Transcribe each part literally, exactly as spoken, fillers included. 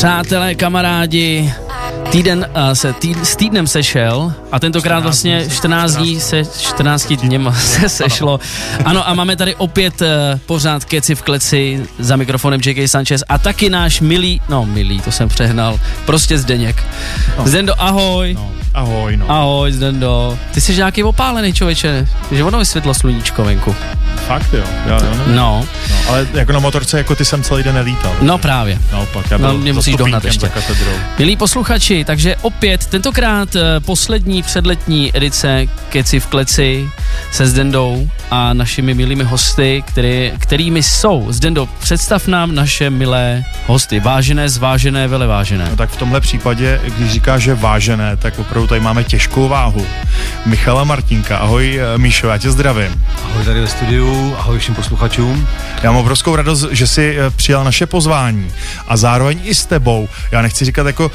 Přátelé, kamarádi, týden uh, se tý, s týdnem sešel a tentokrát vlastně čtrnáct dní se čtrnáct dněma se sešlo. Ano, a máme tady opět uh, pořád Keci v kleci, za mikrofonem J K Sanchez a taky náš milý, no milý, to jsem přehnal, prostě Zdeněk. No. Zdendo, ahoj. No, ahoj, no. Ahoj, Zdendo. Ty jsi nějaký opálený člověče, že ono vysvětlo sluníčko venku. Fakt jo, já, jo no. no. no. Ale jako na motorce, jako ty jsem celý den nelítal. No právě. Naopak, já byl no, mě musíš dohnat ještě. katedrou. Milí posluchači, takže opět tentokrát uh, poslední předletní edice Keci v kleci se Zdendou a našimi milými hosty, který, kterými jsou. Zdendo, představ nám naše milé hosty. Vážené, zvážené, velevážené. No tak v tomhle případě, když říkáš, že vážené, tak opravdu tady máme těžkou váhu. Michala Martínka. Ahoj, Míšo, já tě zdravím. Ahoj tady ve studiu, ahoj všem posluchačům. Já mám obrovskou radost, že jsi přijal naše pozvání a zároveň i s tebou. Já nechci říkat jako,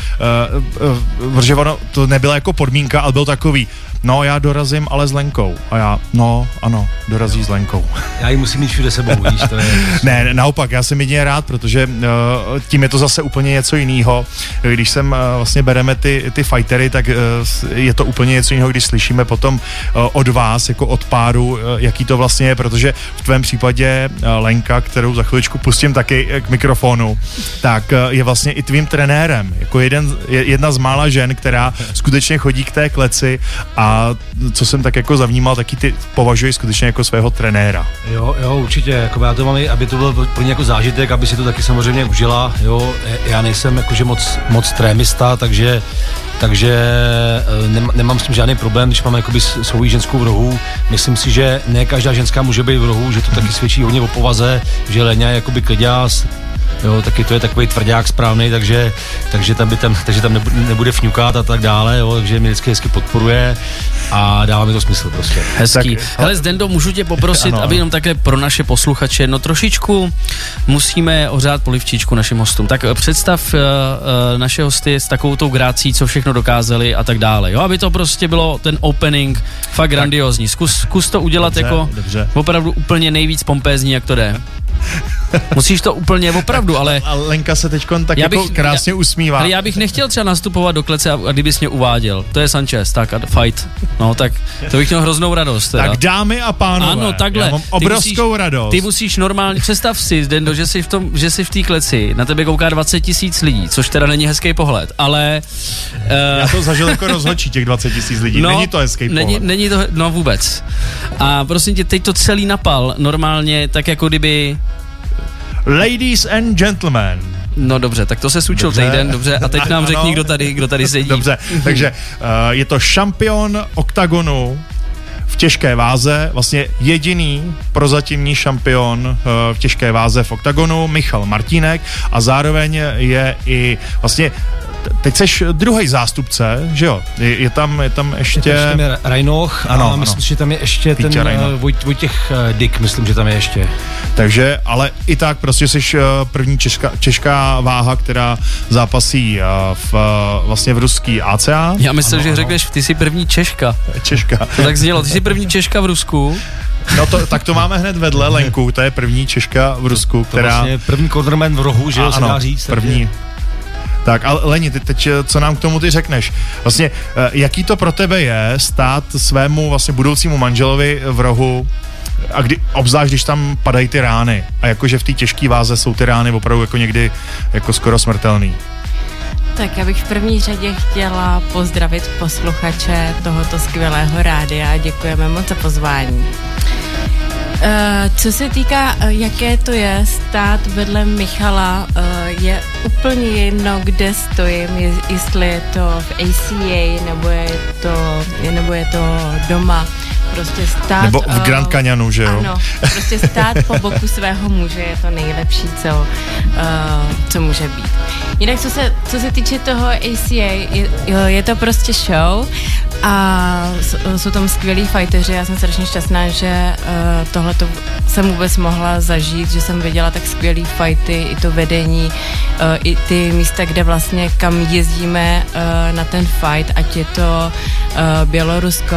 uh, uh, protože ono to nebyla jako podmínka, ale byl takový, no já dorazím, ale s Lenkou. A já, no ano, dorazí s Lenkou. Já ji musím mít všude sebou, víš, to je... Ne, naopak, já jsem jedině rád, protože uh, tím je to zase úplně něco jiného. Když sem uh, vlastně bereme ty, ty fightery, tak uh, je to úplně něco jiného, když slyšíme potom uh, od vás, jako od páru, uh, jaký to vlastně je, protože v tvém případě uh, Lenka, kterou za chviličku pustím taky k mikrofonu, tak uh, je vlastně i tvým trenérem, jako jeden, jedna z mála žen, která skutečně chodí k té kleci a A co jsem tak jako zavnímal, taky ty považuji skutečně jako svého trenéra. Jo, jo, určitě, jako já to mám, aby to byl pro ně jako zážitek, aby si to taky samozřejmě užila, jo, já nejsem jakože moc, moc trémista, takže takže nemám, nemám s tím žádný problém, když mám jakoby svou ženskou v rohu. Myslím si, že ne každá ženská může být v rohu, že to taky svědčí hodně o povaze, že Leňa je jakoby kliďás, jo, taky to je takový tvrdák správný, takže, takže tam, by tam, takže tam nebude, nebude fňukat a tak dále, jo, takže mě vždycky hezky podporuje a dává mi to smysl prostě. Hezký. Tak, hele Zdendo, můžu tě poprosit, ano, aby jenom také pro naše posluchače, no trošičku musíme ohřát polivčičku našim hostům. Tak představ uh, uh, naše hosty s takovou tou grácí, co všechno dokázali a tak dále, jo, aby to prostě bylo ten opening fakt grandiózní. Zkus, zkus to udělat dobře, jako dobře. Opravdu úplně nejvíc pompézní, jak to jde. Musíš to úplně opravdu, ale... A Lenka se teďkon tak já bych, jako krásně já, usmívá. Ale já bych nechtěl třeba nastupovat do klece a, a kdybys mě uváděl. To je Sanchez, tak a fight. No tak to bych měl hroznou radost. Teda. Tak dámy a pánové, ano, takhle. Já mám obrovskou musíš, radost. Ty musíš normálně, představ si, Zdendo, že jsi v tom, že jsi v té kleci, na tebe kouká dvacet tisíc lidí, což teda není hezký pohled, ale... Uh, já to zažil jako rozhodčí těch dvacet tisíc lidí, no, není to hezký není, pohled. Není to, no vůbec. A prosím tě, teď to celý napal, normálně, tak jako kdyby... Ladies and gentlemen. No dobře, tak to se sučil týden, dobře, a teď nám řekni, kdo tady, kdo tady sedí. Dobře, takže uh, je to šampion oktagonu v těžké váze, vlastně jediný prozatímní šampion uh, v těžké váze v oktagonu, Michal Martínek, a zároveň je i vlastně teď seš druhý zástupce, že jo? Je, je tam, je tam ještě... Je tam je Rajnoch a ano, myslím, ano. že tam je ještě Pítě ten uh, Vojt, Vojtěch uh, Dyk, myslím, že tam je ještě. Takže, ale i tak prostě seš uh, první česká, česká váha, která zápasí uh, v, uh, vlastně v ruský A C A. Já myslím, ano, že ano. řekneš, ty jsi první Češka. Češka. To tak znělo, ty jsi první Češka v Rusku. No to, tak to máme hned vedle Lenku, to je první Češka v Rusku, to, která... To vlastně první cornerman v rohu, že jo, se dá říct. První. Takže... Tak, ale Leni, ty teď, co nám k tomu ty řekneš? Vlastně, jaký to pro tebe je stát svému vlastně budoucímu manželovi v rohu, a kdy, obzvlášť, když tam padají ty rány, a jakože v té těžké váze jsou ty rány opravdu jako někdy jako skoro smrtelný. Tak já bych v první řadě chtěla pozdravit posluchače tohoto skvělého rádia a děkujeme moc za pozvání. Uh, co se týká, uh, jaké to je stát vedle Michala, uh, je úplně jedno, kde stojím, je, jestli je to v A C A, nebo je to, nebo je to doma. Prostě stát... Nebo v Grand Canyonu, že jo? Ano, prostě stát po boku svého muže je to nejlepší, co, uh, co může být. Jinak, co se, co se týče toho A C A, je, je to prostě show. A jsou tam skvělí fighteři, já jsem strašně šťastná, že uh, tohleto jsem vůbec mohla zažít, že jsem viděla tak skvělý fighty, i to vedení, uh, i ty místa, kde vlastně kam jezdíme uh, na ten fight, ať je to uh, Bělorusko,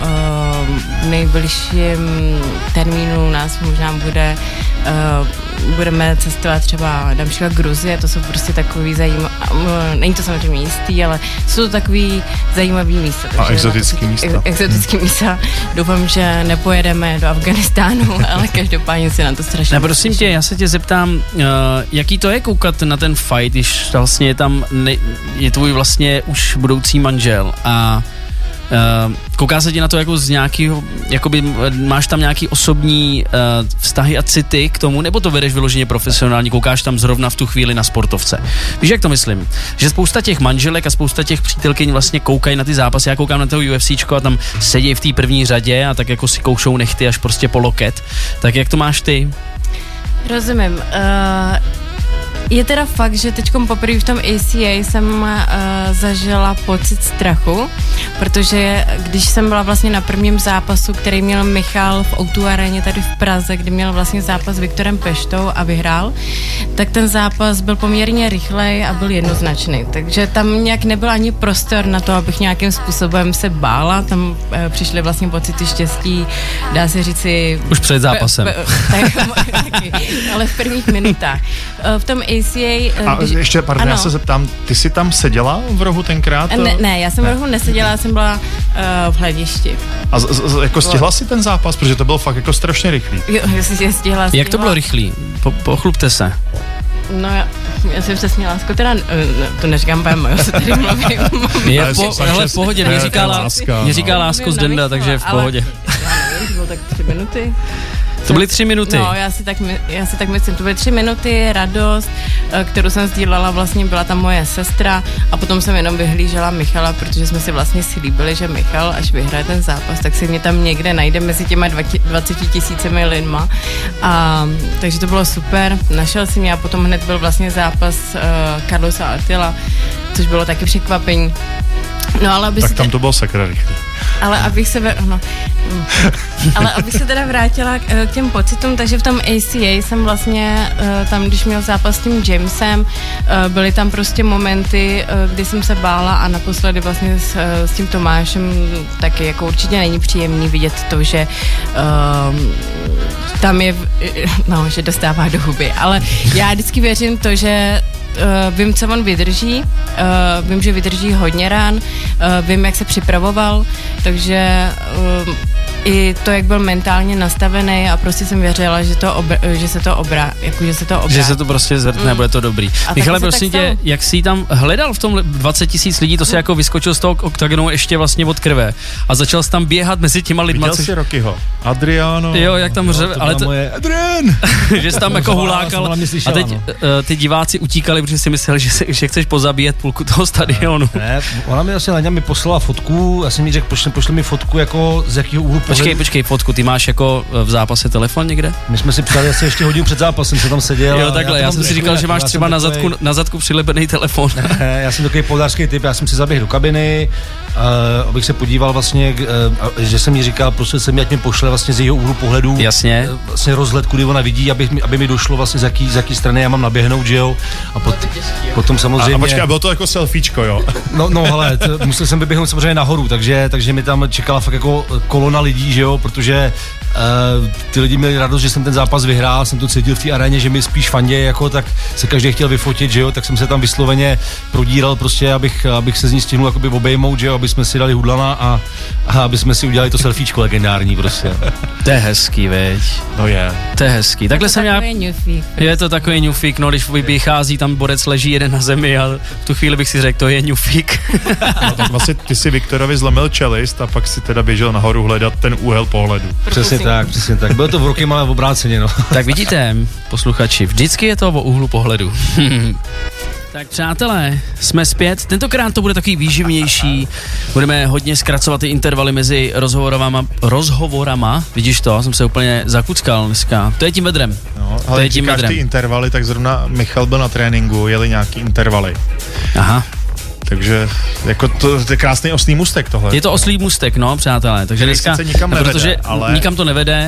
uh, v nejbližším termínu nás možná bude uh, budeme cestovat třeba například Gruzie, to jsou prostě takový zajímavý, není to samozřejmě jistý, ale jsou to takový zajímavý místa. A exotický místa. Ex, exotický hmm. místa. Doufám, že nepojedeme do Afganistánu, ale každopádně si na to strašně... Ne, prosím tě, já se tě zeptám, uh, jaký to je koukat na ten fight, když vlastně je tam, ne, je tvůj vlastně už budoucí manžel a Uh, kouká se ti na to jako z nějakého, jakoby máš tam nějaký osobní uh, vztahy a city k tomu, nebo to vedeš vyloženě profesionálně, koukáš tam zrovna v tu chvíli na sportovce. Víš, jak to myslím? Že spousta těch manželek a spousta těch přítelkyň vlastně koukají na ty zápasy, já koukám na toho UFCčko a tam sedí v té první řadě a tak jako si koušou nechty až prostě po loket. Tak jak to máš ty? Rozumím. Uh... Je teda fakt, že teďkom poprvé v tom A C A jsem uh, zažila pocit strachu, protože když jsem byla vlastně na prvním zápasu, který měl Michal v O dva aréně tady v Praze, kdy měl vlastně zápas s Viktorem Peštou a vyhrál, tak ten zápas byl poměrně rychlej a byl jednoznačný. Takže tam nějak nebyl ani prostor na to, abych nějakým způsobem se bála. Tam uh, přišly vlastně pocity štěstí, dá se říci... Už před zápasem. P- p- tak, taky, ale v prvních minutách. Uh, v tom A C A... A když, ještě, pardon, ano. Já se zeptám, ty jsi tam seděla v rohu tenkrát? Ne, ne já jsem ne. v rohu neseděla, já jsem byla uh, v hledišti. A z, z, jako stihla si ten zápas, protože to bylo fakt jako strašně rychlý. Jo, já si stihla, stihla. Jak to bylo rychlý? Po, pochlupte se. No já, já jsem přesně lásko, teda uh, to neříkám pám, já se tady mluvím. Je po, hele, v pohodě, mě říká, láska, mě říká lásko z Denda, takže je v pohodě. Ale, já nevím, to bylo tak tři minuty. To byly tři minuty. No, já si, tak, já si tak myslím, to byly tři minuty, radost, kterou jsem sdílela, vlastně byla tam moje sestra a potom jsem jenom vyhlížela Michala, protože jsme si vlastně slíbili, že Michal, až vyhraje ten zápas, tak si mě tam někde najde mezi těma dvaceti tisícimi lidma. A, takže to bylo super, našel si mě a potom hned byl vlastně zápas uh, Carlosa Attila, což bylo taky překvapení. No, ale aby tak si tam te... to bylo sakra rychlý. Ale abych se... Ve... No. Ale abych se teda vrátila k, k těm pocitům, takže v tom A C A jsem vlastně tam, když měl zápas s tím Jamesem, byly tam prostě momenty, kdy jsem se bála a naposledy vlastně s, s tím Tomášem taky jako určitě není příjemný vidět to, že um, tam je, no, že dostává do huby, ale já vždycky věřím to, že Uh, vím, co on vydrží, uh, vím, že vydrží hodně rán, uh, vím, jak se připravoval, takže uh, i to, jak byl mentálně nastavený a prostě jsem věřila, že, to obr- že se to obrá, jako, že se to obrá. Že se to prostě zvrtne, mm. bude to dobrý. Michale, prosím tě, jak jsi tam hledal v tom dvacet tisíc lidí, to si mm. jako vyskočil z toho oktagonu ještě vlastně od krve a začal jsi tam běhat mezi těma lidma. Viděl jsi Rockyho? Adriano. Jo, jak tam řeve, ale to... Moje... Adrian! že jsi tam jako hulákal a teď uh, ty diváci utíkali, protože si mysleli, že, se, že chceš pozabíjet půlku toho stadionu. Ne, ne, ona mi asi Leňa mi poslala fotku, já jsem jí řekl, pošli, pošli mi fotku jako z jakého úhlu pohledu. Počkej, počkej, fotku, ty máš jako v zápase telefon někde? My jsme si psali asi ještě hodinu před zápasem, jsem tam seděl. Jo, takhle, já, já jsem si říkal, že máš třeba na zadku, na zadku přilepený telefon. Ne, já jsem takový poldářský typ, já jsem si zaběhl do kabiny, uh, abych se podíval vlastně, uh, že jsem jí říkal, prostě se mi, ať mi pošle vlastně z jejího úhlu pohledu. Jasně. Uh, vlastně rozhled, kudy ona vidí, aby, aby mi došlo vlastně z jaký, z jaký strany já mám naběhnout, že jo. A pot, potom samozřejmě... A, a počkej, a bylo to jako selfiečko, jo? No, no hele, t- musel jsem vyběhnout samozřejmě nahoru, takže, takže mi tam čekala fakt jako kolona lidí, že jo, protože uh, ty lidi měli radost, že jsem ten zápas vyhrál, jsem to cítil v té aréně, že mi spíš fandě, jako tak se každý chtěl vyfotit, že jo, tak jsem se tam vysloveně prodíral prostě, abych, abych se z ní stihnul jakoby obejmout, že jo, aby jsme si dali hudlana a, a aby jsme si udělali to selfiečko legendární prostě. To je hezký, veď. No je. To je hezký. Takhle jsem já... Je to takový ňufík, no, když vychází, tam borec leží jeden na zemi a v tu chvíli bych si řekl, to je ňufík. No, tak vlastně ty si Viktorovi zlomil čelist a pak si teda běžel nahoru hledat ten úhel pohledu. Přesně tak, přesně tak. Bylo to v roky, ale v obráceně, no. Tak vidíte, posluchači, vždycky je to o úhlu pohledu. Tak přátelé, jsme zpět. Tentokrát to bude takový výživnější. Budeme hodně zkracovat ty intervaly mezi rozhovorama. rozhovorama. Vidíš to? Jsem se úplně zakuckal dneska. To je tím vedrem. No, ale to je tím říkáš vedrem. Ty intervaly, tak zrovna Michal byl na tréninku, jeli nějaký intervaly. Aha. Takže jako to, to je krásný oslý můstek tohle. Je to oslý můstek, no, přátelé. Takže dneska, nikam nevede, protože ale... nikam to nevede,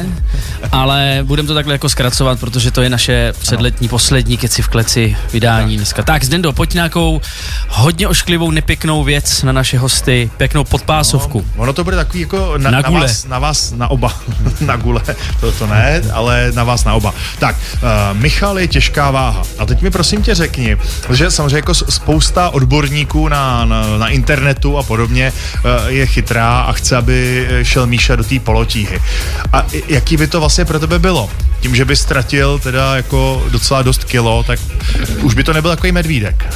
ale budeme to takhle jako zkracovat, protože to je naše předletní poslední Keci v kleci vydání tak. dneska. Tak, Zdendo, pojď nějakou hodně ošklivou, nepěknou věc na naše hosty, pěknou podpásovku. No, ono to bude takový jako na, na, na, vás, na vás, na oba. Na gule, to, to ne, ale na vás na oba. Tak, uh, Michal je těžká váha. A teď mi prosím tě řekni, že samozřejmě jako spousta odborníků na, na, na internetu a podobně uh, je chytrá a chce, aby šel Míša do té polotíhy. A jaký by to vlastně pro tebe bylo? Tím, že by ztratil teda jako docela dost kilo, tak už by to nebyl takový medvídek.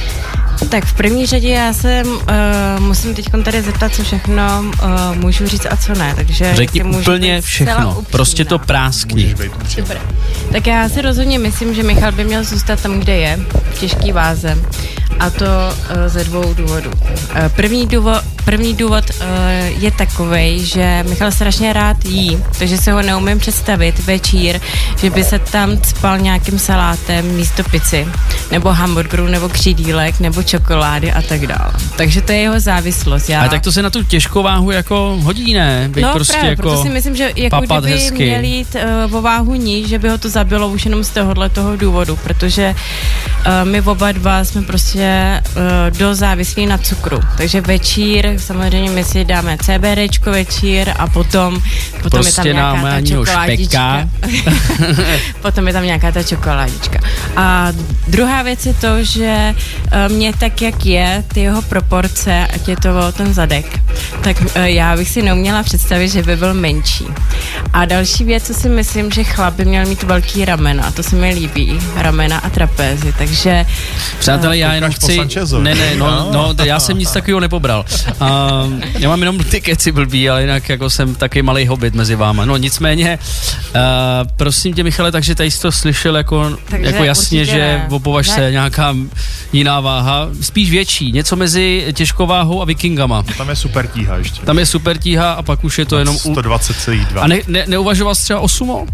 Tak v první řadě já jsem, uh, musím teď tady zeptat, co všechno uh, můžu říct a co ne, takže... Řekni úplně všechno, prostě to práskni. Dobré. Tak já si rozhodně myslím, že Michal by měl zůstat tam, kde je, v těžký váze, a to uh, ze dvou důvodů. Uh, první důvod, první důvod uh, je takovej, že Michal strašně rád jí, takže se ho neumím představit večír, že by se tam cpal nějakým salátem místo pici, nebo hamburgerů, nebo křídílek, nebo čokolády a tak dále. Takže to je jeho závislost. Já... Ale tak to se na tu těžkou váhu jako hodí, ne? Byť no prostě právě, jako proto si myslím, že jako kdyby hezky. měl jít uh, o váhu níž, že by ho to zabilo už jenom z tohohle toho důvodu, protože uh, my oba dva jsme prostě uh, dost závislí na cukru. Takže večír, samozřejmě my si dáme CBDčko večír a potom, potom prostě je tam nějaká ta čokoládička. Potom je tam nějaká ta čokoládička. A druhá věc je to, že uh, mě tak, jak je, ty jeho proporce, ať je to ten zadek, tak uh, já bych si neuměla představit, že by byl menší. A další věc, co si myslím, že chlap by měl mít velký ramena, to se mi líbí, ramena a trapézy, takže... Přátelé, já jenom chci... Ne, ne, no, no, já jsem nic takového nepobral. Uh, já mám jenom ty keci blbý, ale jinak jako jsem taky malej hobit mezi váma. No nicméně, uh, prosím tě, Michale, takže tady jsi to slyšel jako, jako jasně, že opovaž se nějaká jiná váha, spíš větší, něco mezi těžkou váhou a vikingama. Tam je super tíha ještě. Tam je super tíha a pak už je to jenom... sto dvacet celá dva. A ne, ne, neuvažoval jsi třeba o sumo?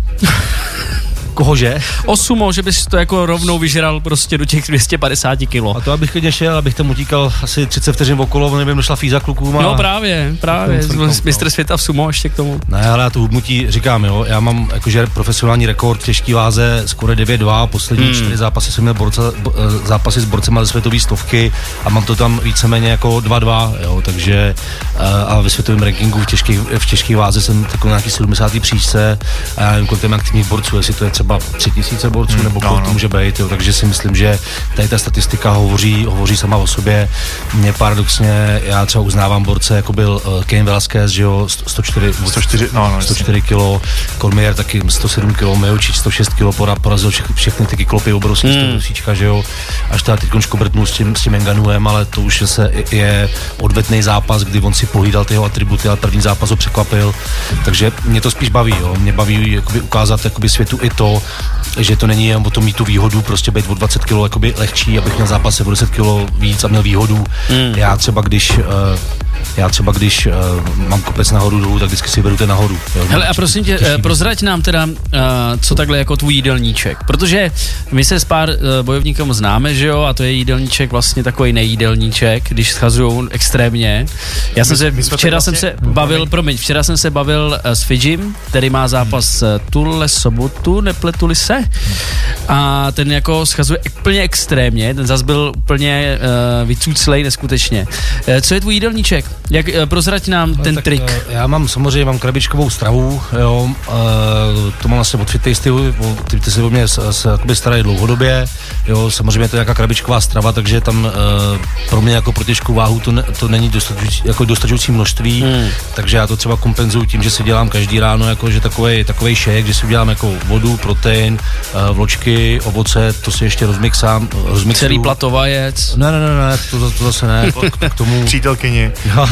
Kohože? O sumo, že bys to jako rovnou vyžral prostě do těch dvě stě padesát kilo. A to abych klidně šel, abych tam utíkal asi třicet vteřin okolo, nevím, došla fíza klukům. A... No právě, právě, mistr světa v sumo ještě k tomu. Ne, ale já tu hubnutí říkám, jo, já mám jakože profesionální rekord v těžký váze skoro devět dva, poslední hmm. čtyři zápasy jsem měl borce, zápasy s borcema ze světové stovky a mám to tam víceméně jako dva dva, jo, takže a ve světovém rankingu v těžké v těžké váze jsem takový nějaký sedmdesátý příčce a já nevím, kolik tam aktivních borců, jestli to je třeba tři tisíce borců, hmm, nebo kolik no, to může být, jo, takže si myslím, že tady ta statistika hovoří, hovoří sama o sobě. Mě paradoxně, já třeba uznávám borce, jako byl uh, Cain Velasquez, že jo, sto čtyři, sto čtyři, no, no, sto čtyři kilo, Cormier taky sto sedm kilo, Miocic sto šest kilo, porazil všechny, všechny ty klopy obrovský hmm. stodusíčka, že jo, až teda teď škobrtnul s tím, s tím Ngannouem, ale to už se je odvetný zápas, kdy on si pohlídal ty jeho atributy, ale první zápas ho překvapil, takže mě to spíš baví, jo, mě baví jakoby ukázat jakoby světu i to, že to není jen o tom mít tu výhodu, prostě být o dvacet kilo jakoby lehčí, abych měl zápase o deset kilo víc a měl výhodu. Mm. Já třeba když uh, já třeba když uh, mám kopec nahoru dolů, tak vždycky si beru ten nahoru. Jo, hele a prosím tě, uh, prozrať nám teda, uh, co takhle jako tvůj jídelníček, protože my se s pár uh, bojovníkům známe, že jo, a to je jídelníček vlastně takový nejídelníček, když schazujou extrémně. Já jsem my, se, my včera vlastně, jsem se bavil, promiň, včera jsem se bavil uh, s Fidžim, který má zápas uh, tuhle sobotu, nepletuli se, a ten jako schazuje úplně extrémně, ten zas byl úplně uh, vycuclej neskutečně. Uh, co je tvůj jídelníček? Jak uh, prozrať nám no, ten tak, trik? Uh, já mám samozřejmě, mám krabičkovou stravu, jo, uh, to mám asi od Fitasty, ty, ty se o mě se, se starají dlouhodobě, jo, samozřejmě to je nějaká krabičková strava, takže tam uh, pro mě jako pro těžkou váhu to, ne, to není dostačující, jako dostačující množství, hmm. takže já to třeba kompenzuju tím, že si dělám každý ráno jako, že takovej, takovej shake, že si udělám jako vodu, protein, uh, vločky, ovoce, to si ještě rozmixám, rozmixuju. Celý platovajec. Ne, ne, ne, ne, to, to zase ne, k tomu... Přítelkyni. No,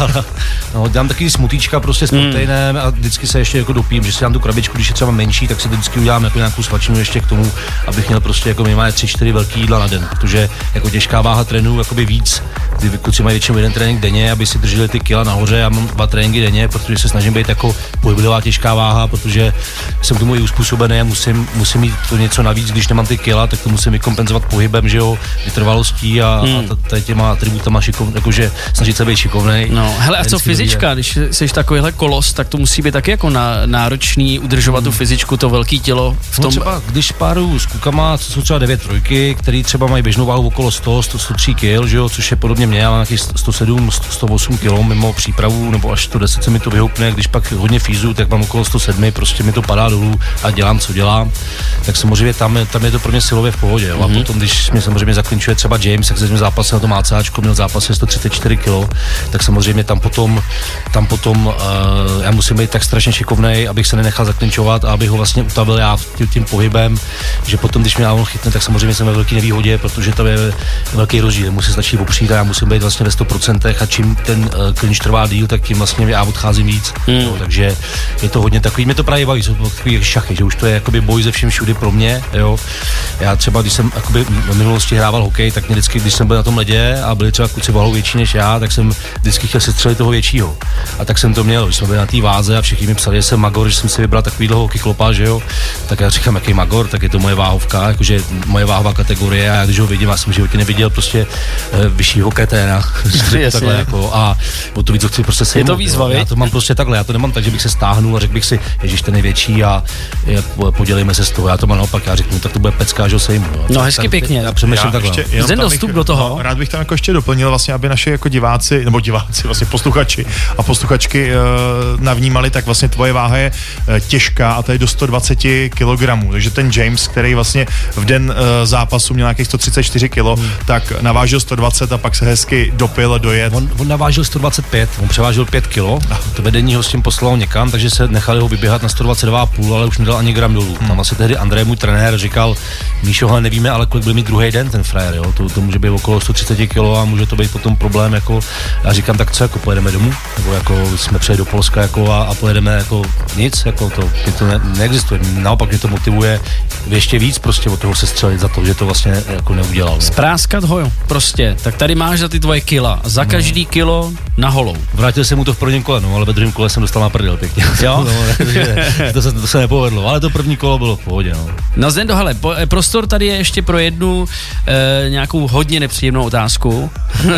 No, dám taky smutíčka prostě s proteinem a vždycky se ještě jako dopím, že si dám tu krabičku, když je třeba menší, tak si to vždycky udělám jako nějakou svačinu ještě k tomu, abych měl prostě jako minimálně tři čtyři velký jídla na den, protože jako těžká váha trénu jakoby víc, kdy kluci mají většinou jeden trénink denně, aby si drželi ty kila nahoře, já mám dva tréninky denně, protože se snažím být jako pohyblivá těžká váha, protože jsem k tomu i uspůsobený a musím, musím mít to něco navíc, když nemám ty kila, tak to musím vykompenzovat pohybem, že jo, vytrvalostí a, hmm. a tady těma atributama šikovný, jakože snažit se být šikovnej. No, hele, a co fyzička, když jsi takovýhle kolos, tak to musí být taky jako na, náročný udržovat hmm. tu fyzičku, to velký tělo v tom. No třeba, když páru s klukama, co jsou třeba devět trojky, který třeba mají běžnou váhu okolo sto, sto, sto tři kil, že jo, což je podobně mě, já mám nějakých sto sedm, sto osm kilo mimo přípravu, nebo až sto deset se mi to vyhoupne, když pak hodně fízu, tak mám okolo sto sedm, prostě mi to padá dolů a dělám, co dělám, tak samozřejmě tam, tam je to pro mě silově v pohodě, jo? Mm-hmm. A potom, když mě samozřejmě zaklinčuje třeba James, jak se s ním zápasem na tom ACáčku, měl zápas sto třicet čtyři kilo, tak samozřejmě tam potom, tam potom uh, já musím být tak strašně šikovnej, abych se nenechal zaklinčovat a abych ho vlastně utavil já tím, tím pohybem, že potom, když mě on chytne, tak samozřejmě jsem ve velké nevýhodě, protože to je velký rozdíl, musí stačí opřít a já musím být vlastně ve sto procent a čím ten uh, klinč trvá díl, tak tím vlastně já odcházím víc. Mm. Jo, takže je to hodně takový, mě to právě baví, jsou takový šachy, že už to je jakoby boj ze všem všudy pro mě, jo. Já třeba, když jsem jakoby v minulosti hrával hokej, tak mě vždycky, když jsem byl na tom ledě a byli třeba kluci váhou větší než já, tak jsem vždycky chtěl si střelit toho většího. A tak jsem to měl, když jsme byli na té váze a všichni mi psali, že jsem magor, že jsem si vybral takový dlouho kyklopa, že jo. Tak já říkám, jaký magor, tak je to moje váhovka, jakože moje váhová kategorie a já když ho vidím, já jsem v životě neviděl prostě uh, vyššího kreténa. takhle jako a o to víc chci prostě sejmout. Je to výzva, já to mám prostě takhle, já to nemám tak, že bych se stáhnul a řekl bych si, ježiš, ten je větší a je, podělíme se z toho. Já to mám naopak, já řeknu, tak to bude pecka, že ho sejmu. No, no hezky tak, pěkně. Já přemýšlím takhle. Zden dostup do toho. No, rád bych tam jako ještě doplnil vlastně, aby naši jako diváci, nebo diváci, vlastně posluchači a posluchačky uh, navnímali, tak vlastně tvoje váha je uh, těžká a to je do sto dvacet kilogramů. Takže ten James, který vlastně v den uh, zápasu měl nějakých sto třicet čtyři kilo, hmm. tak navážil sto dvacet a pak se hezky dopil, dojet. On, on navážil sto dvacet pět, on převážil pět kilo, to vedení ho s tím poslalo někam, takže se nechali ho vyběhat na sto dvacet dva celá pět, ale už nedal ani gram dolů. Hmm. Tam asi tehdy Andrej, můj trenér, říkal, Míšo, hele, nevíme, ale kolik bude mít druhý den ten frajer, jo? To, to může být okolo sto třicet kilo a může to být potom problém, jako, já říkám, tak co, jako pojedeme domů, nebo jako jsme přijeli do Polska, jako a, a pojedeme jako nic, jako to, to ne, neexistuje, naopak mě to motivuje ještě víc prostě od toho se střelit za to, že to vlastně jako neudělal. No. Spráskat ho, jo, prostě, tak tady máš za ty tvoje kila, za každý no. kilo na holou. Vrátil jsem mu to v prvním kole, no, ale ve druhém kole jsem dostal na prdel pěkně. Jo? No, to, se, to se nepovedlo, ale to první kolo bylo v pohodě, no. No Zdendo, hele, po, prostor tady je ještě pro jednu e, nějakou hodně nepříjemnou otázku.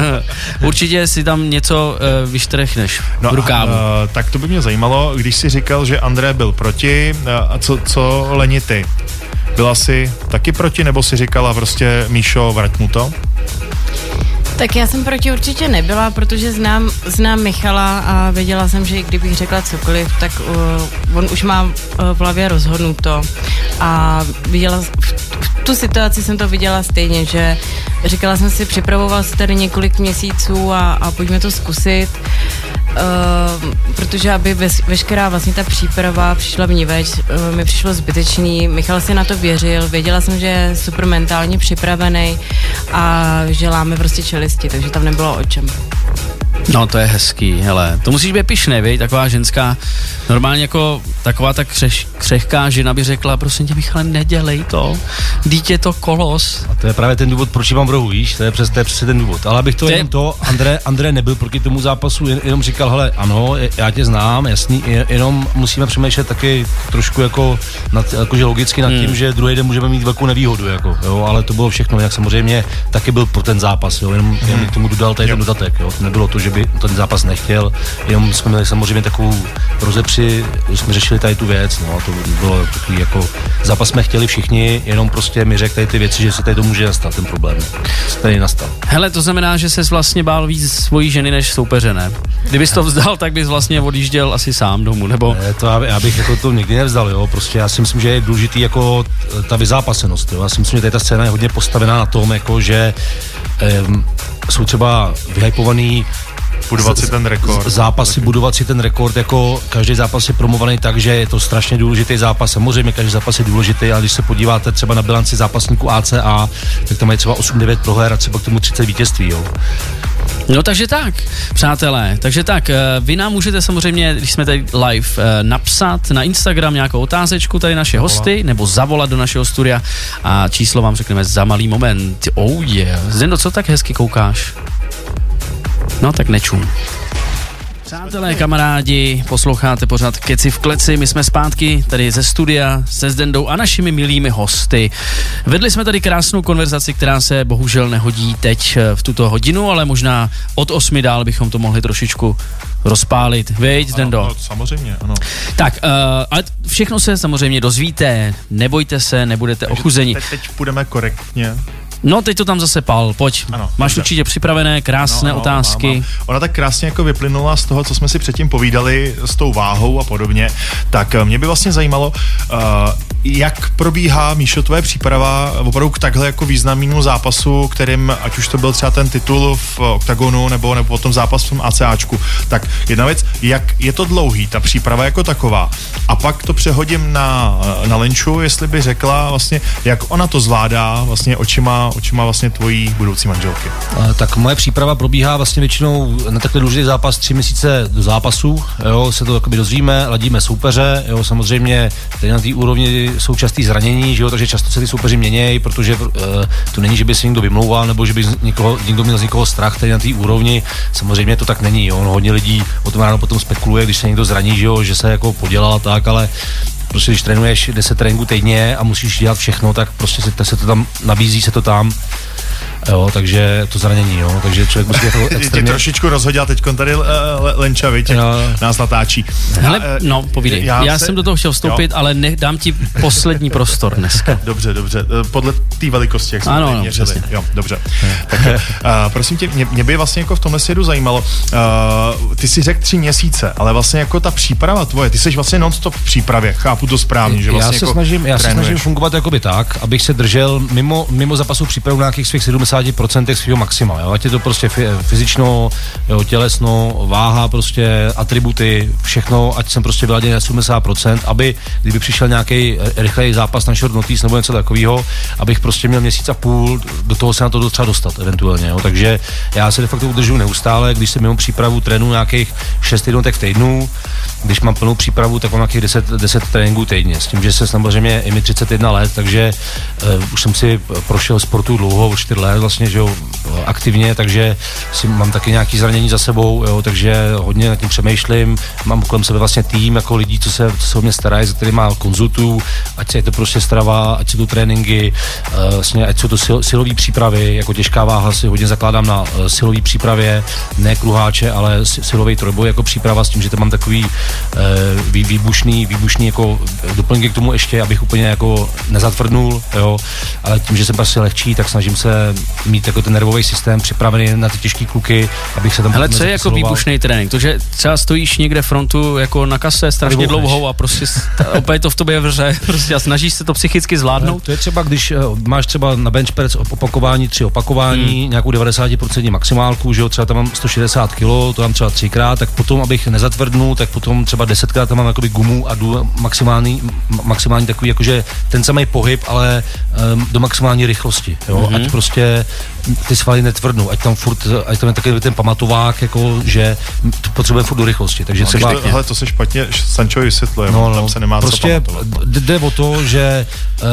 Určitě si tam něco e, vyštrechneš no, v rukávu. A, tak to by mě zajímalo, když jsi říkal, že André byl proti, a co, co Leni ty? Byla jsi taky proti, nebo si říkala prostě Míšo, vrať mu to? Tak já jsem proti určitě nebyla, protože znám, znám Michala a věděla jsem, že i kdybych řekla cokoliv, tak uh, on už má uh, v hlavě rozhodnuto a viděla, v, v tu situaci jsem to viděla stejně, že říkala jsem si, připravoval si tady několik měsíců a, a pojďme to zkusit, uh, protože aby veš, veškerá vlastně ta příprava přišla vniveč, uh, mi přišlo zbytečný, Michal si na to věřil, věděla jsem, že je super mentálně připravený a že láme prostě čelisti, takže tam nebylo o čem. No to je hezký, hele, to musíš být pyšnej, viď? Taková ženská, normálně jako taková ta křeš, křehká žena by řekla, prosím tě Michale, nedělej to, dítě to kolos. A to je právě ten důvod, proč mám v rohu, víš, to je, přes, to je přesně ten důvod, ale abych to Tě... jenom to, André, André nebyl proti tomu zápasu, jen, jenom říkal, hele, ano, já tě znám, jasný, jenom musíme přemýšlet taky trošku jako, nad, jakože logicky nad tím, hmm. že druhý den můžeme mít velkou nevýhodu, jako, jo, ale to bylo všechno, jak samozřejmě taky byl pro ten zápas, jo, jenom, hmm. jenom k tomu dodal tady ten dodatek, jo, to nebylo to, že by ten zápas nechtěl, jenom jsme měli samozřejmě takovou rozepři, jsme řešili tady tu věc, no a to bylo takový jako, zápas jsme chtěli všichni, jenom prostě mi řekl tady ty věci, že se tady to může nastat, ten problém, tady nastal. Hele, to znamená, že ses vlastně bál víc svojí ženy než soupeře, ne? Kdybys to vzdal, tak bys vlastně odjížděl asi sám domů, nebo? Ne, to já, já bych jako to nikdy nevzdal, jo, prostě já si myslím, že je důležitý jako ta vyzápasenost, jo, já si myslím, že tady ta scéna je hodně postavená na tom, jako že um, jsou třeba vyhypovaný budovat si ten rekord. Zápasy, budovat si ten rekord, jako každý zápas je promovaný tak, že je to strašně důležitý zápas. Samozřejmě každý zápas je důležitý, ale když se podíváte třeba na bilanci zápasníků A C A, tak tam je třeba osm devět proher a třeba k tomu třicet vítězství, jo. No takže tak, přátelé, takže tak, vy nám můžete samozřejmě, když jsme tady live, napsat na Instagram nějakou otázečku tady naše hosty, nebo zavolat do našeho studia a číslo vám řekneme za malý moment. Oh yeah, Zdendo, co tak hezky koukáš? No tak nečum. Přátelé, kamarádi, posloucháte pořád Keci v kleci, my jsme zpátky tady ze studia se Zdendou a našimi milými hosty. Vedli jsme tady krásnou konverzaci, která se bohužel nehodí teď v tuto hodinu, ale možná od osmi dál bychom to mohli trošičku rozpálit. Veď, Zdendo? Ano, no, samozřejmě, ano. Tak, uh, ale všechno se samozřejmě dozvíte, nebojte se, nebudete Takže ochuzeni. Teď, teď půjdeme korektně. No, teď to tam zase pál, pojď. Ano, máš dobře. Určitě připravené krásné no, no, otázky. Mám, mám. Ona tak krásně jako vyplynula z toho, co jsme si předtím povídali s tou váhou a podobně. Tak mě by vlastně zajímalo, uh, jak probíhá, Míšo, tvoje příprava opravdu k takhle jako významnému zápasu, kterým, ať už to byl třeba ten titul v Oktagonu, nebo, nebo potom zápas v tom ACAčku. Tak jedna věc, jak je to dlouhý, ta příprava jako taková. A pak to přehodím na, na Lenču, jestli by řekla vlastně, jak ona to zvládá vlastně očima očima vlastně tvojí budoucí manželky. Tak moje příprava probíhá vlastně většinou na takhle důležitý zápas tři měsíce do zápasu, jo, se to jakoby dozvíme, ladíme soupeře, jo, samozřejmě tady na té úrovni jsou častý zranění, že jo, takže často se ty soupeři měnějí, protože uh, to není, že by se někdo vymlouval, nebo že by někoho, někdo měl z někoho strach tady na té úrovni, samozřejmě to tak není, jo, no, hodně lidí o tom ráno potom spekuluje, když se někdo zraní, že jo, že se jako podělal tak, ale prostě když trénuješ deset tréninků týdně a musíš dělat všechno, tak prostě se, se to tam nabízí, se to tam. Jo, takže to zranění, jo, takže člověk musí to extrémně... Tě trošičku rozhodila teďkon tady uh, Lenča, viď, no. Nás natáčí. Hele, uh, no, povídej, já, já se... jsem do toho chtěl vstoupit, jo. Ale ne, dám ti poslední prostor dneska. Dobře, dobře, podle té velikosti, jak jsme ano, tady měřili. Ano, jo, dobře. Tak, uh, prosím tě, mě, mě by vlastně jako v tomhle svědu zajímalo, uh, ty si řekl tři měsíce, ale vlastně jako ta příprava tvoje, ty jsi vlastně non-stop v přípravě, chápu to správně, že vlastně já se jako snažím, já se snažím fungovat jakoby tak, abych se držel mimo, mimo zápasu přípravu nějakých svých sedmdesát procent svého maxima, jo? Ať je to prostě fyzično, jo, tělesno, váha, prostě atributy, všechno, ať jsem prostě vyladěný na sedmdesát procent, aby kdyby přišel nějaký rychlej zápas na short notice nebo něco takového, abych prostě měl měsíc a půl do toho se na to třeba dostat eventuálně, jo? Takže já se de facto udržuji neustále, když se mimo přípravu trénu nějakých šest jednotek v týdnu, když mám plnou přípravu, tak mám nějakých deset, deset tréninků týdně, s tím, že se samozřejmě i mi třicet jedna let, takže uh, už jsem si prošel sportu dlouho, o čtyři let vlastně, že jo, aktivně, takže si mám taky nějaký zranění za sebou, jo, takže hodně nad tím přemýšlím, mám kolem sebe vlastně tým jako lidí, co se, co se o mě starají, za kterýma konzultuju, ať je to prostě strava, ať jsou to tréninky, uh, vlastně, ať jsou to sil, silové přípravy, jako těžká váha si hodně zakládám na uh, silové přípravě, ne kruháče, ale silový trojboj jako příprava s tím, že tam mám takový uh, vý, výbušný, výbušný jako doplňky k tomu ještě, abych úplně jako nezatvrdnul, jo, ale tím, že jsem prostě lehčí, tak snažím se mít jako ten nervový systém připravený na ty těžké kluky, abych se tam... Hele, co je jako výbušný trénink? To, že třeba stojíš někde frontu jako na kase strašně dlouhou a prostě opět to v tobě vře, prostě a snažíš se to psychicky zvládnout? To je třeba, když uh, máš třeba na bench press opakování, tři opakování, hmm. nějakou devadesát procent maximálku, že jo, třeba tam mám sto šedesát kilo, to mám třeba třikrát, tak potom, abych nezatvrdnul, tak potom třeba desetkrát tam mám jakoby gumu a jdu maximální, maximální takový, jakože ten samý pohyb, ale um, do maximální rychlosti, jo, hmm. ať prostě ty svaly netvrdnou, ať tam furt, ať tam je takový ten pamatovák, jako, že potřebujeme furt do rychlosti, takže no, třeba... To, hele, to se špatně Sančovi vysvětluje, no, no, tam se nemá prostě co pamatovat. Jde o to, že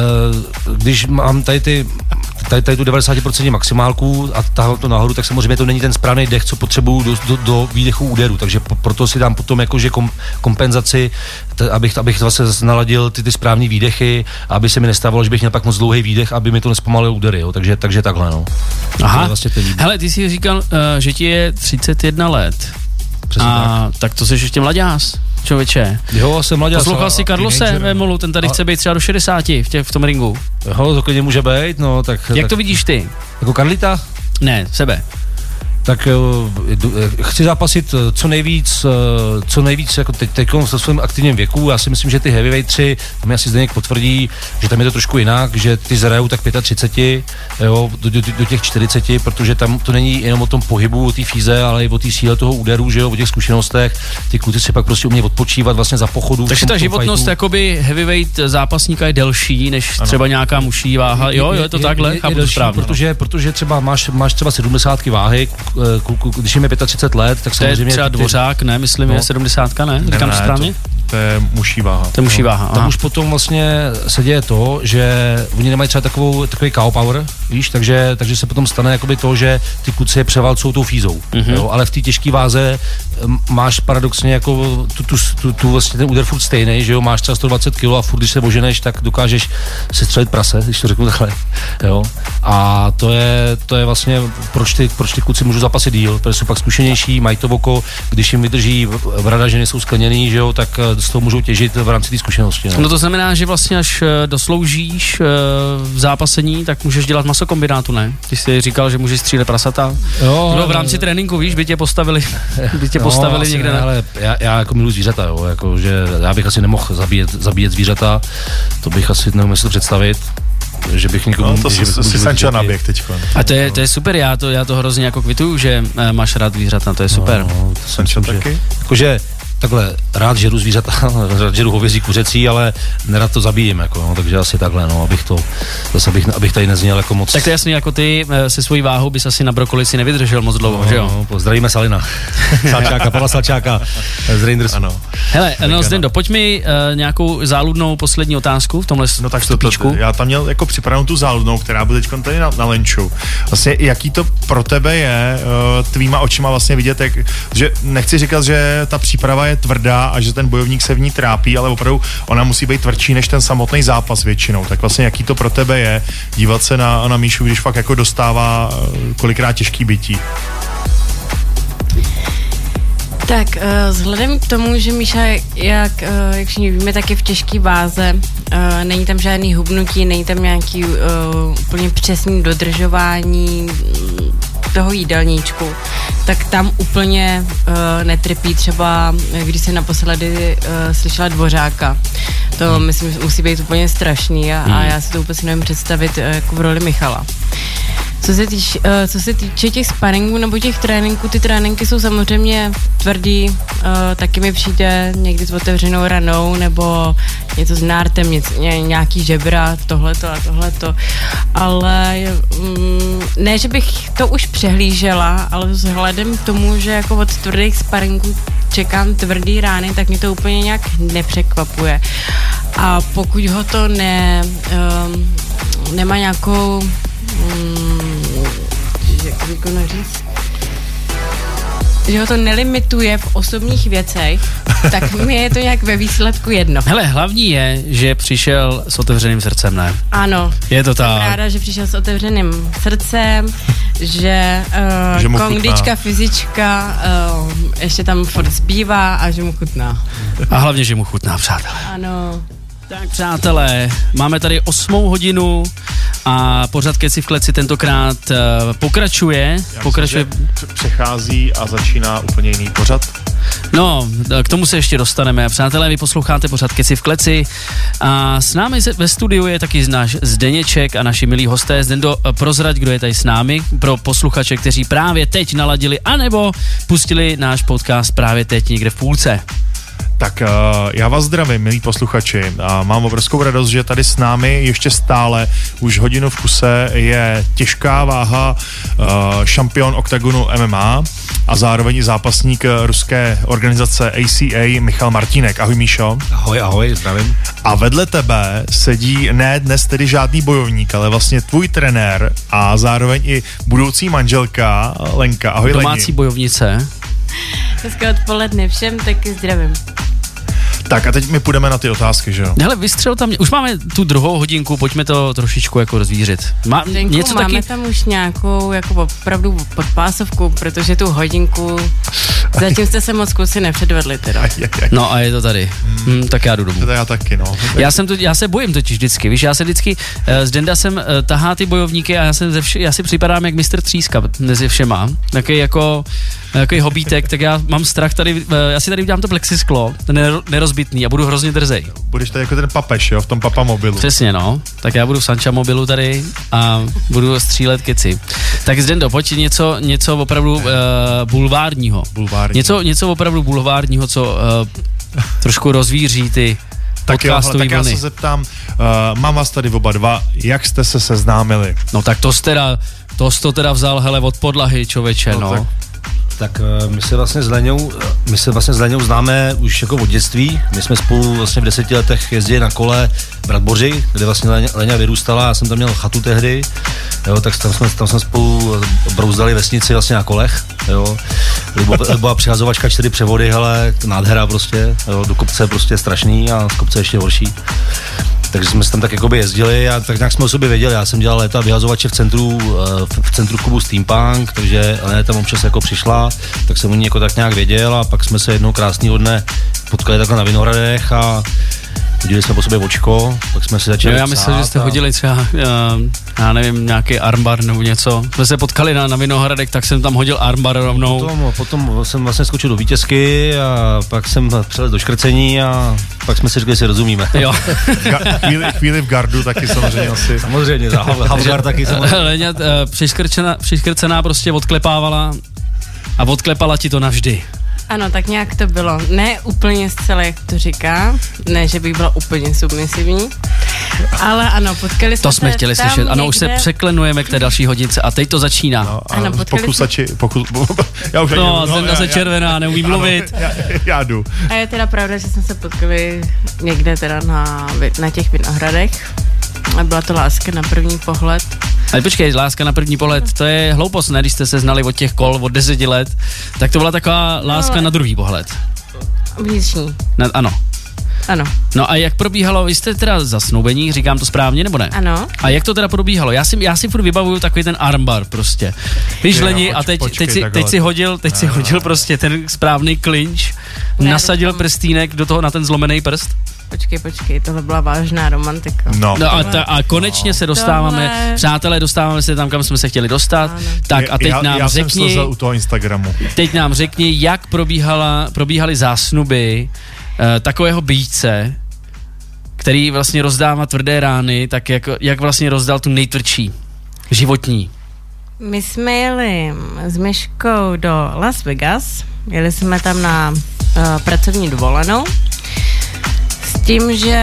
uh, když mám tady ty tady, tady tu devadesát procent maximálku a tahám to nahoru, tak samozřejmě to není ten správný dech, co potřebuju do, do, do výdechu úderu, takže po, proto si dám potom jakože kom, kompenzaci, t, abych, abych zase naladil ty, ty správný výdechy, aby se mi nestávalo, že bych měl pak moc dlouhý výdech, aby mi to nespomalilo údery, jo, takže, takže takhle, no. Aha, vlastně hele, ty jsi říkal, uh, že ti je třicet jedna let. Přesně a tak. tak to jsi ještě mlaďás, člověče. Jo, jsem mlaďás. Poslouchal jsi Carlose Vémolu, ten tady a... chce být třeba do šedesáti v, tě, v tom ringu. Jo, to klidně může být, no tak... Jak tak, to vidíš ty? Jako Karlita? Ne, sebe. tak chci zápasit co nejvíc, co nejvíc jako teď, teď v svém aktivním věku. Já si myslím, že ty heavyweightři, to mi asi Zdeněk potvrdí, že tam je to trošku jinak, že ty zrajou tak třicet pět, jo, do, do, do těch čtyřiceti, protože tam to není jenom o tom pohybu, o té fíze, ale i o té síle toho úderu, že jo, o těch zkušenostech. Ty kluci si pak prostě umějí odpočívat vlastně za pochodu. Takže ta životnost jakoby heavyweight zápasníka je delší než ano. třeba nějaká mužší váha. Jo, jo, je to je, takhle, je, je delší, správně, protože, protože třeba máš, máš třeba sedmdesátky váhy, když jim je třicet pět let, tak samozřejmě... To je třeba ty, Dvořák, ne, myslím, no. je sedmdesátka, ne? Říkám ne, ne, správně? To, to je mužší váha. To je mužší váha, no, tam už potom vlastně se děje to, že oni nemají třeba takovou, takový cow power, víš, takže, takže se potom stane jakoby to, že ty kluci je převálcou tou fízou, mm-hmm. jo, ale v té těžké váze máš paradoxně jako tu, tu, tu, tu vlastně ten úder furt stejný, že jo, máš třeba sto dvacet kilo a furt, když se oženeš, tak dokážeš si střelit prase, když to řeknu takhle, jo, a to je, to je vlastně, proč ty, proč ty kluci můžou zapasit díl, protože jsou pak zkušenější, mají to oko, když jim vydrží vrada, že nejsou skleněný, že jo, tak z toho můžou těžit v rámci té zkušenosti. No. no to znamená, že vlastně až dosloužíš v zápasení, tak můžeš dělat maso kombinátu, ne? Ty jsi říkal, že můžeš střílet prasata. Jo, no, v rámci ne, tréninku, víš, by tě postavili, by tě no, postavili někde. Ne, ale já, já jako miluji zvířata, jo, jako, že já bych asi nemohl zabíjet, zabíjet zvířata, to bych asi nemohl si to představit. Že bych někomu... No to si, si Sanča naběh teďko. A to je, to je super, já to, já to hrozně jako kvituju, že máš rád zvířata, to je super. No, no, to Sanča taky? Jakože takhle, rád žeru zvířata, rád žeru hovězí kuřecí, ale nerad to zabijím, jako, no, takže asi takhle, no, abych to, zase abych, abych tady nezněl jako moc. Tak to je jasný, jako ty se svojí váhou bys asi na brokolici nevydržel moc dlouho, no, že jo? No, pozdravíme Salina, Salčáka, Pavla Salčáka z Rangersu. Ano. Hele, no Zdendo, pojď mi uh, nějakou záludnou poslední otázku v tomhle No tak to, to, já tam měl jako připravenou tu záludnou, která bude teď tady na, na lenču. Vlastně jaký to pro tebe je uh, tvýma očima vlastně vidět, jak, že nechci říkat, že ta příprava je tvrdá a že ten bojovník se v ní trápí, ale opravdu ona musí být tvrdší než ten samotný zápas většinou. Tak vlastně jaký to pro tebe je dívat se na, na Míšu, když fakt jako dostává kolikrát těžký bití? Tak uh, vzhledem k tomu, že Míša, jak, uh, jak všichni víme, tak je v těžké váze, uh, není tam žádný hubnutí, není tam nějaký uh, úplně přesný dodržování toho jídelníčku, tak tam úplně uh, netrpí třeba, když jsem naposledy uh, slyšela Dvořáka. To hmm. myslím, že musí být úplně strašný a, hmm. a já si to vůbec nevím představit uh, jako v roli Michala. Co se, týč, uh, co se týče těch sparingů nebo těch tréninků, ty tréninky jsou samozřejmě tvrdý, uh, taky mi přijde někdy s otevřenou ranou nebo něco s nártem, něco, ně, nějaký žebra, tohleto a tohleto, ale um, ne, že bych to už přehlížela, ale vzhledem k tomu, že jako od tvrdých sparingů čekám tvrdý rány, tak mě to úplně nějak nepřekvapuje. A pokud ho to ne, um, nemá nějakou Hmm, jak bych to neříct, že ho to nelimituje v osobních věcech, tak mi je to nějak ve výsledku jedno. Hele, hlavní je, že přišel s otevřeným srdcem, ne? Ano. Je to tak. Jsem ráda, že přišel s otevřeným srdcem, že, uh, že kondička, fyzička uh, ještě tam furt zbývá a že mu chutná. A hlavně, že mu chutná, přátelé. Ano. Tak přátelé, máme tady osmou hodinu a pořad Keci v kleci tentokrát uh, pokračuje. Já pokračuje. Myslím, přechází a začíná úplně jiný pořad. No, k tomu se ještě dostaneme. Přátelé, vy posloucháte pořad Keci v kleci a s námi ve studiu je taky náš Zdeněček a naši milí hosté. Zdendo, prozrať, kdo je tady s námi, pro posluchače, kteří právě teď naladili anebo pustili náš podcast právě teď někde v půlce. Tak uh, já vás zdravím, milí posluchači, a mám obrovskou radost, že tady s námi ještě stále už hodinu v kuse je těžká váha uh, šampion oktagonu M M A a zároveň i zápasník ruské organizace A C A Michal Martínek. Ahoj, Míšo. Ahoj, ahoj, zdravím. A vedle tebe sedí ne dnes tedy žádný bojovník, ale vlastně tvůj trenér a zároveň i budoucí manželka Lenka. Ahoj, Leni. Domácí bojovnice. Hezké odpoledne všem, taky zdravím. Tak a teď my půjdeme na ty otázky, že jo? Hele, vystřel tam, už máme tu druhou hodinku, pojďme to trošičku jako rozvířit. Má, Denku, něco máme taky... tam už nějakou jako opravdu podpásovku, protože tu hodinku zatím jste se moc kluci nepředvedli teda. No a je to tady. Hmm, tak já jdu domů. To já taky, no. Já, jsem to, já se bojím totiž vždycky, víš, já se vždycky, uh, z Denda jsem uh, tahá ty bojovníky a já, jsem ze vše, já si připadám jak mistr Tříska mezi všema. Takový jako, takový hobítek, tak já mám strach tady, uh, já si tady udělám to plexisklo, ten nerozbitný a budu hrozně drzej. Budeš tady jako ten papež, jo, v tom papa mobilu. Přesně, no. Tak já budu v Sancha mobilu tady a budu střílet keci. Tak Zdendo, pojď něco, něco opravdu uh, bulvárního. Bulvární. Něco, něco opravdu bulvárního, co uh, trošku rozvíří ty tak jo, hele, tak já vlny. se zeptám, uh, mám vás tady oba dva, jak jste se seznámili? No tak to jsi teda, to jsi to teda vzal, hele, od podlahy, člověče, no. no. Tak, tak my se vlastně s Leňou, my se vlastně s Leňou známe už jako od dětství. My jsme spolu vlastně v deseti letech jezdili na kole v Radboři, kde vlastně Leňa, Leňa vyrůstala, já jsem tam měl chatu tehdy, jo, tak tam jsme, tam jsme spolu brouzdali vesnici vlastně na kolech, jo. Byla přihazovačka, čtyři převody, hele, nádhera prostě, jo, do kopce prostě strašný a z kopce ještě horší. Takže jsme se tam tak jakoby jezdili a tak nějak jsme o sobě věděli. Já jsem dělal léta vyhazovače v centru, v centru klubu Steampunk, takže Alena tam občas jako přišla, tak jsem o ní jako tak nějak věděl a pak jsme se jednou krásného dne potkali takhle na Vinohradech a hodili jsme po sobě očko, pak jsme si začali jo, já myslím, že jste a... hodili třeba, já nevím, nějaký armbar nebo něco. Jsme se potkali na, na Vinohradek, tak jsem tam hodil armbar rovnou. Potom, potom jsem vlastně skočil do Vítězky a pak jsem přelez do škrcení a pak jsme si řekli, že si rozumíme. Jo. Ga- chvíli, chvíli v gardu taky samozřejmě asi. Samozřejmě, za Havgar taky samozřejmě. Leňa přiškrcená, přiškrcená prostě odklepávala a odklepala ti to navždy. Ano, tak nějak to bylo. Ne úplně zcela, jak to říká. Ne, že bych byla úplně submisivní. Ale ano, potkali jsme To jsme chtěli slyšet. Ano, někde... už se překlenujeme k té další hodince a teď to začíná. No, ano, pokusači, pokus, já už no, Zdenda se červená, neumí mluvit. Já, já jdu. A je teda pravda, že jsme se potkali někde teda na, na těch Vinohradech. A byla to láska na první pohled. Ale počkej, láska na první pohled, to je hloupost, ne? Když jste se znali od těch kol, od deseti let, tak to byla taková láska no, na druhý pohled. Vnitřní. Na, ano. Ano. No a jak probíhalo, vy jste teda zasnoubení, říkám to správně, nebo ne? Ano. A jak to teda probíhalo? Já si, já si furt vybavuju takový ten armbar prostě. Víš, Leni, a teď, počkej, teď, si, teď si hodil, teď si hodil prostě ten správný klinč, ne, nasadil prstínek do toho na ten zlomený prst. Počkej, počkej, tohle byla vážná romantika. No, no a, ta, a konečně no. se dostáváme, tohle... přátelé, dostáváme se tam, kam jsme se chtěli dostat. Ano. Tak a teď já, nám já řekni, jsem u toho Instagramu. Teď nám řekni, jak probíhala, probíhaly zásnuby uh, takového býtce, který vlastně rozdává tvrdé rány, tak jak, jak vlastně rozdal tu nejtvrdší životní. My jsme jeli s Myškou do Las Vegas, jeli jsme tam na uh, pracovní dovolenou, s tím, že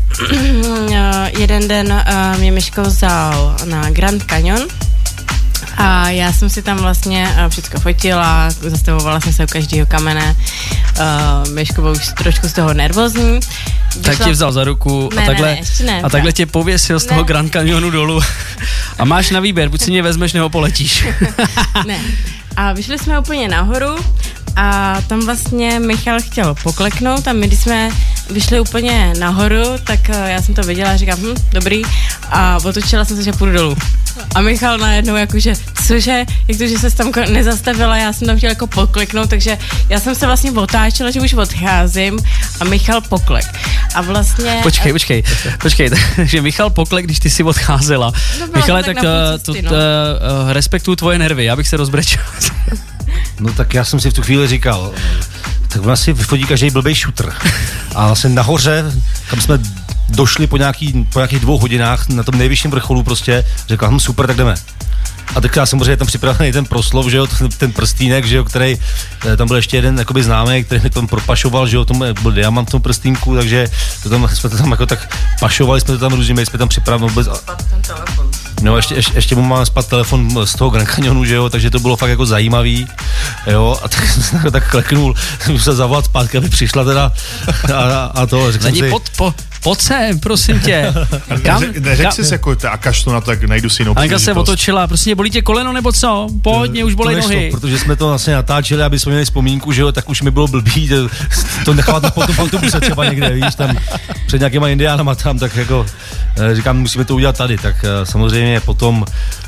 jeden den uh, mě Myško vzal na Grand Canyon a já jsem si tam vlastně uh, všechno fotila, zastavovala jsem se u každého kamene. Uh, Myško byl už trošku z toho nervózní. Tak tě vzal za ruku ne, a takhle, ne, ne, ne, a takhle tě pověsil z ne. toho Grand Canyonu dolů a máš na výběr, buď si mě vezmeš nebo poletíš. Ne. A vyšli jsme úplně nahoru a tam vlastně Michal chtěl pokleknout a my, když jsme vyšli úplně nahoru, tak já jsem to viděla a říkám, hm, dobrý, a otočila jsem se, že půjdu dolů. A Michal najednou jakože, cože, jak to, že se tam nezastavila, já jsem tam chtěla jako pokleknout, takže já jsem se vlastně otáčela, že už odcházím a Michal poklek. A vlastně... Počkej, počkej, počkej, že Michal poklek, když ty si odcházela. No, Michale, tak, tak to, to, no. to, respektuju tvoje nervy, já bych se rozbrečel. No tak já jsem si v tu chvíli říkal, tak on asi vyfotí každý blbej šutr. A vlastně nahoře, kam jsme došli po, nějaký, po nějakých dvou hodinách na tom nejvyšším vrcholu prostě, řekl, hm, super, tak jdeme. A tak já samozřejmě tam připravený ten proslov, že jo, ten prstínek, že jo, který, tam byl ještě jeden jakoby známý, který mi tam propašoval, že jo, tomu byl diamant v tom prstínku, takže to tam, jsme to tam jako tak pašovali, jsme to tam různě, jsme tam připravili. No ještě, ještě, ještě mu máme spát telefon z toho Grand Canyonu, že jo, takže to bylo fakt jako zajímavý, jo, a tak jsem se tak kleknul, jsem se zavolat zpátky, aby přišla teda a, a to, řekl jsem si... Pod, po, pojď sem, prosím tě. Kam? Neřek si se jako, a kašlu na to, tak najdu si jinou Anka se otočila, prostě bolí tě koleno nebo co? Pojď, mě už bolej nohy. To, protože jsme to vlastně natáčeli, aby jsme měli vzpomínku, že jo, tak už mi bylo blbý, to, to nechávat na potom autobuse třeba někde, víš, tam před nějakýma indiánama tam, tak jako říkám, musíme to udělat tady, tak samozřejmě potom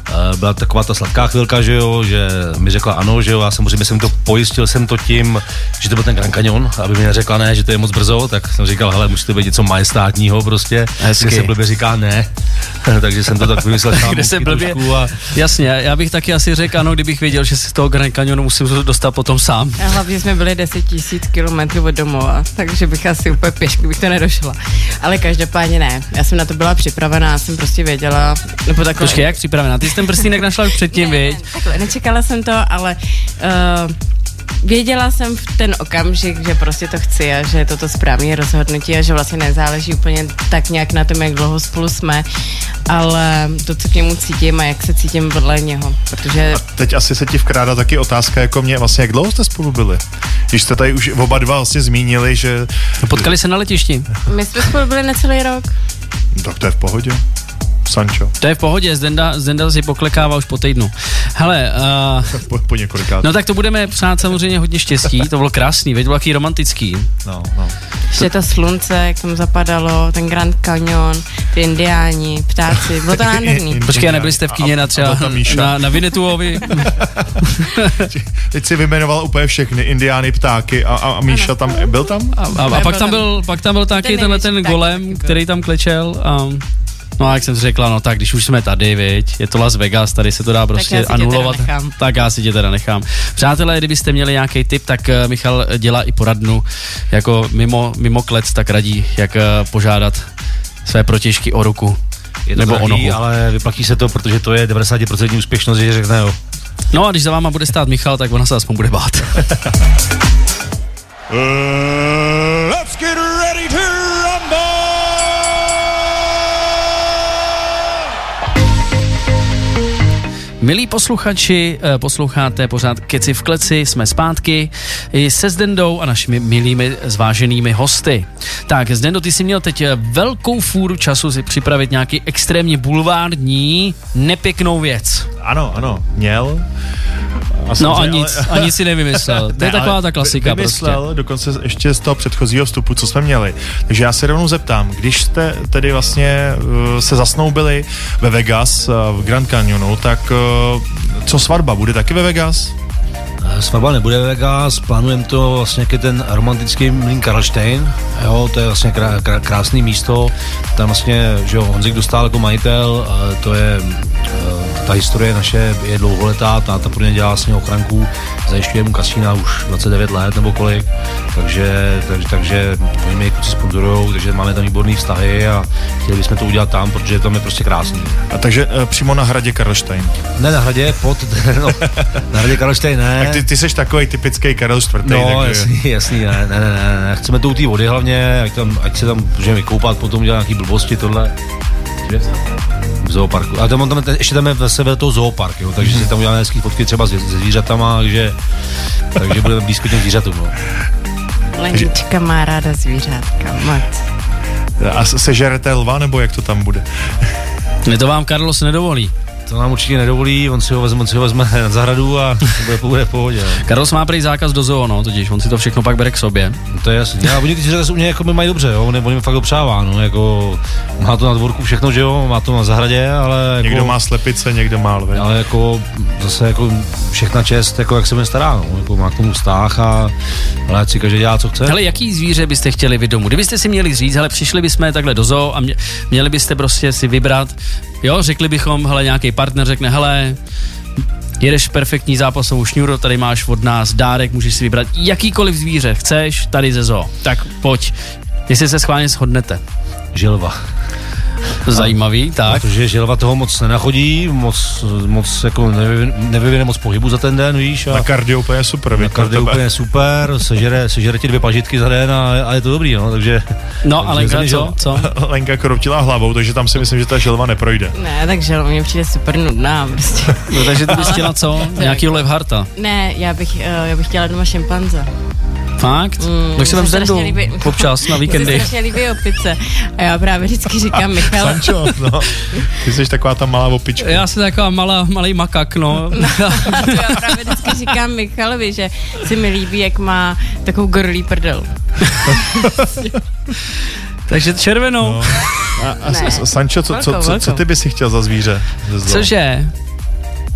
byla taková ta sladká chvilka, že jo, že mi řekla ano, že jo, a samozřejmě jsem to pojistil jsem to tím, že to byl ten Grand Canyon, aby mi neřekla ne, že to je moc brzo, tak jsem říkal, hele, musíte být něco majestátního prostě, kde se blbě říká ne, takže jsem to tak vymyslel kde se blbě, a... jasně, já bych taky asi řekl ano, kdybych věděl, že si z toho Grand Canyonu musím dostat potom sám. A hlavně jsme byli deset tisíc kilometrů od domova, takže bych asi úplně pěšky bych to nedošla. Ale každopádně ne, já jsem na to byla připravená, já jsem prostě věděla, nebo takhle... Počkej, jak připravená? Ty jsi ten prstínek našla už předtím, ne, viď? Ne, takhle, nečekala jsem to, ale uh, věděla jsem v ten okamžik, že prostě to chci a že je to to správné rozhodnutí a že vlastně nezáleží úplně tak nějak na tom, jak dlouho spolu jsme, ale to, co k němu cítím a jak se cítím vedle něho, protože... A teď asi se ti vkrádá taky otázka jako mě, vlastně jak dlouho jste spolu byli? Když jste tady už oba dva vlastně zmínili, že... No, potkali se na letišti. My jsme spolu byli necelý rok. Tak to je v pohodě. Sancho. To je v pohodě, Zdenda, Zdenda si poklekává už po týdnu. Hele, uh, po, po několikát. No tak to budeme přát samozřejmě hodně štěstí, to bylo krásný, veď, bylo taky romantický. No, no. Ještě to slunce, jak tam zapadalo, ten Grand Canyon, ty indiáni, ptáci, bylo to nádherný. Počkej, nebyli jste v kyně na třeba na, na Vinetuovi? Teď si vyjmenoval úplně všechny, indiány, ptáky a, a, a Míša tam, byl tam? A, a, a pak tam byl, pak tam byl taky tenhle ten golem, který tam klečel a... No a jak jsem si řekla, no tak když už jsme tady, viď, je to Las Vegas, tady se to dá prostě tak anulovat, tak já si tě teda nechám. Přátelé, kdybyste měli nějaký tip, tak uh, Michal dělá i poradnu, jako mimo, mimo klec, tak radí, jak uh, požádat své protěžky o ruku. Je to nebo drahý, o nohu. Ale vyplatí se to, protože to je devadesát procent úspěšnost, že řekne jo. No a když za váma bude stát Michal, tak ona se aspoň bude bát. uh, let's get ready to rumble! Milí posluchači, posloucháte pořád Keci v kleci, jsme zpátky i se Zdendou a našimi milými zváženými hosty. Tak, Zdendo, ty jsi měl teď velkou fůru času si připravit nějaký extrémně bulvární, nepěknou věc. Ano, ano, měl. A no a nic, ale... a nic si nevymyslel. To je ne, taková ta klasika vymyslel prostě. Dokonce ještě z toho předchozího vstupu, co jsme měli. Takže já se rovnou zeptám, když jste tedy vlastně uh, se zasnoubili ve Vegas, uh, v Grand Canyonu, tak uh, co svatba? Bude taky ve Vegas? Svatba nebude ve Vegas, plánujeme to vlastně jaký ten romantický mlýn Karlštejn, jo, to je vlastně krá, krá, krásný místo, tam vlastně, že jo, Honzik Dostál jako majitel, to je, ta historie naše je dlouholetá, ta tam pro ně dělá vlastně ochranku, zajišťuje mu kasína už dvacet devět let nebo kolik, takže, takže, takže oni mě kluci sponzorujou, takže máme tam výborný vztahy a chtěli bychom to udělat tam, protože tam je prostě krásný. A takže uh, přímo na hradě Karlštejn? Ne, na hradě, pod, no, na hradě Karlštejn ne. Tak ty, ty jsi takový typický Karel čtvrtý. No, takže... jasný, jasný, ne, ne, ne, ne, chceme to u té vody hlavně, ať, tam, ať se tam můžeme vykoupat, potom dělat nějaký blbosti, tohle. V zooparku. A tam, tam, ještě tam je ve sebe toho zoopark, jo, takže si tam uděláme hezký fotky třeba se zvířatama, takže, takže budeme blízko těm zvířatům. No. Lenička má ráda zvířátka, moc. A sežerete lva, nebo jak to tam bude? Ne, to vám Carlos nedovolí. To nám určitě nedovolí, on si ho vezme, on si ho vezme na zahradu a bude, bude v pohodě. Carlos má prý zákaz do zoo, no, totiž on si to všechno pak bere k sobě. No, to je jasný. A oni ty zase u něj jako mají dobře, jo, on, on jim fakt dopřává, no, jako má to na dvorku všechno, že jo, má to na zahradě, ale jako, někdo má slepice, někdo má lvy. Ale jako zase jako všechna čest, jako jak se mi stará, no, jako má k tomu vztah a ale ať si každý dělá, co chce. Hele, jaký zvíře byste chtěli vy domů? Kdybyste si měli říct, hele, přišli bychom takhle do zoo a mě, měli byste prostě si vybrat, jo, řekli bychom, hele, nějaký partner řekne, hele, jedeš perfektní zápasovou šňůru, tady máš od nás dárek, můžeš si vybrat jakýkoliv zvíře chceš, tady ze zoo. Tak pojď, jestli se schválně shodnete. Želva. Zajímavý, tak. Protože želva toho moc nenachodí, moc, moc jako nevy, nevyvine moc pohybu za ten den, víš. A na kardio úplně super. Na kardio úplně super, sežere, sežere ti dvě pažitky za den a, a je to dobrý, no, takže... No a Lenka, co? co? Lenka kroutila hlavou, takže tam si myslím, že ta želva neprojde. Ne, tak želva mě přijde super nudná, prostě. No, takže ty bys chtěla co? Nějakýho Levharta? Ne, já bych, já bych chtěla doma šimpanze. Fakt? Mm, tak se tam zdendu občas na víkendy. Mně se strašně líbí opice. A já právě vždycky říkám Michal. Sancho, no. Ty jsi taková ta malá opička. Já jsem taková malá, malý makak, no. no. A to já právě vždycky říkám Michalovi, že si mi líbí, jak má takovou gorlí prdel. Takže červenou. No. A, a Sancho, co, co, co, co ty bys si chtěl za zvíře? Cože?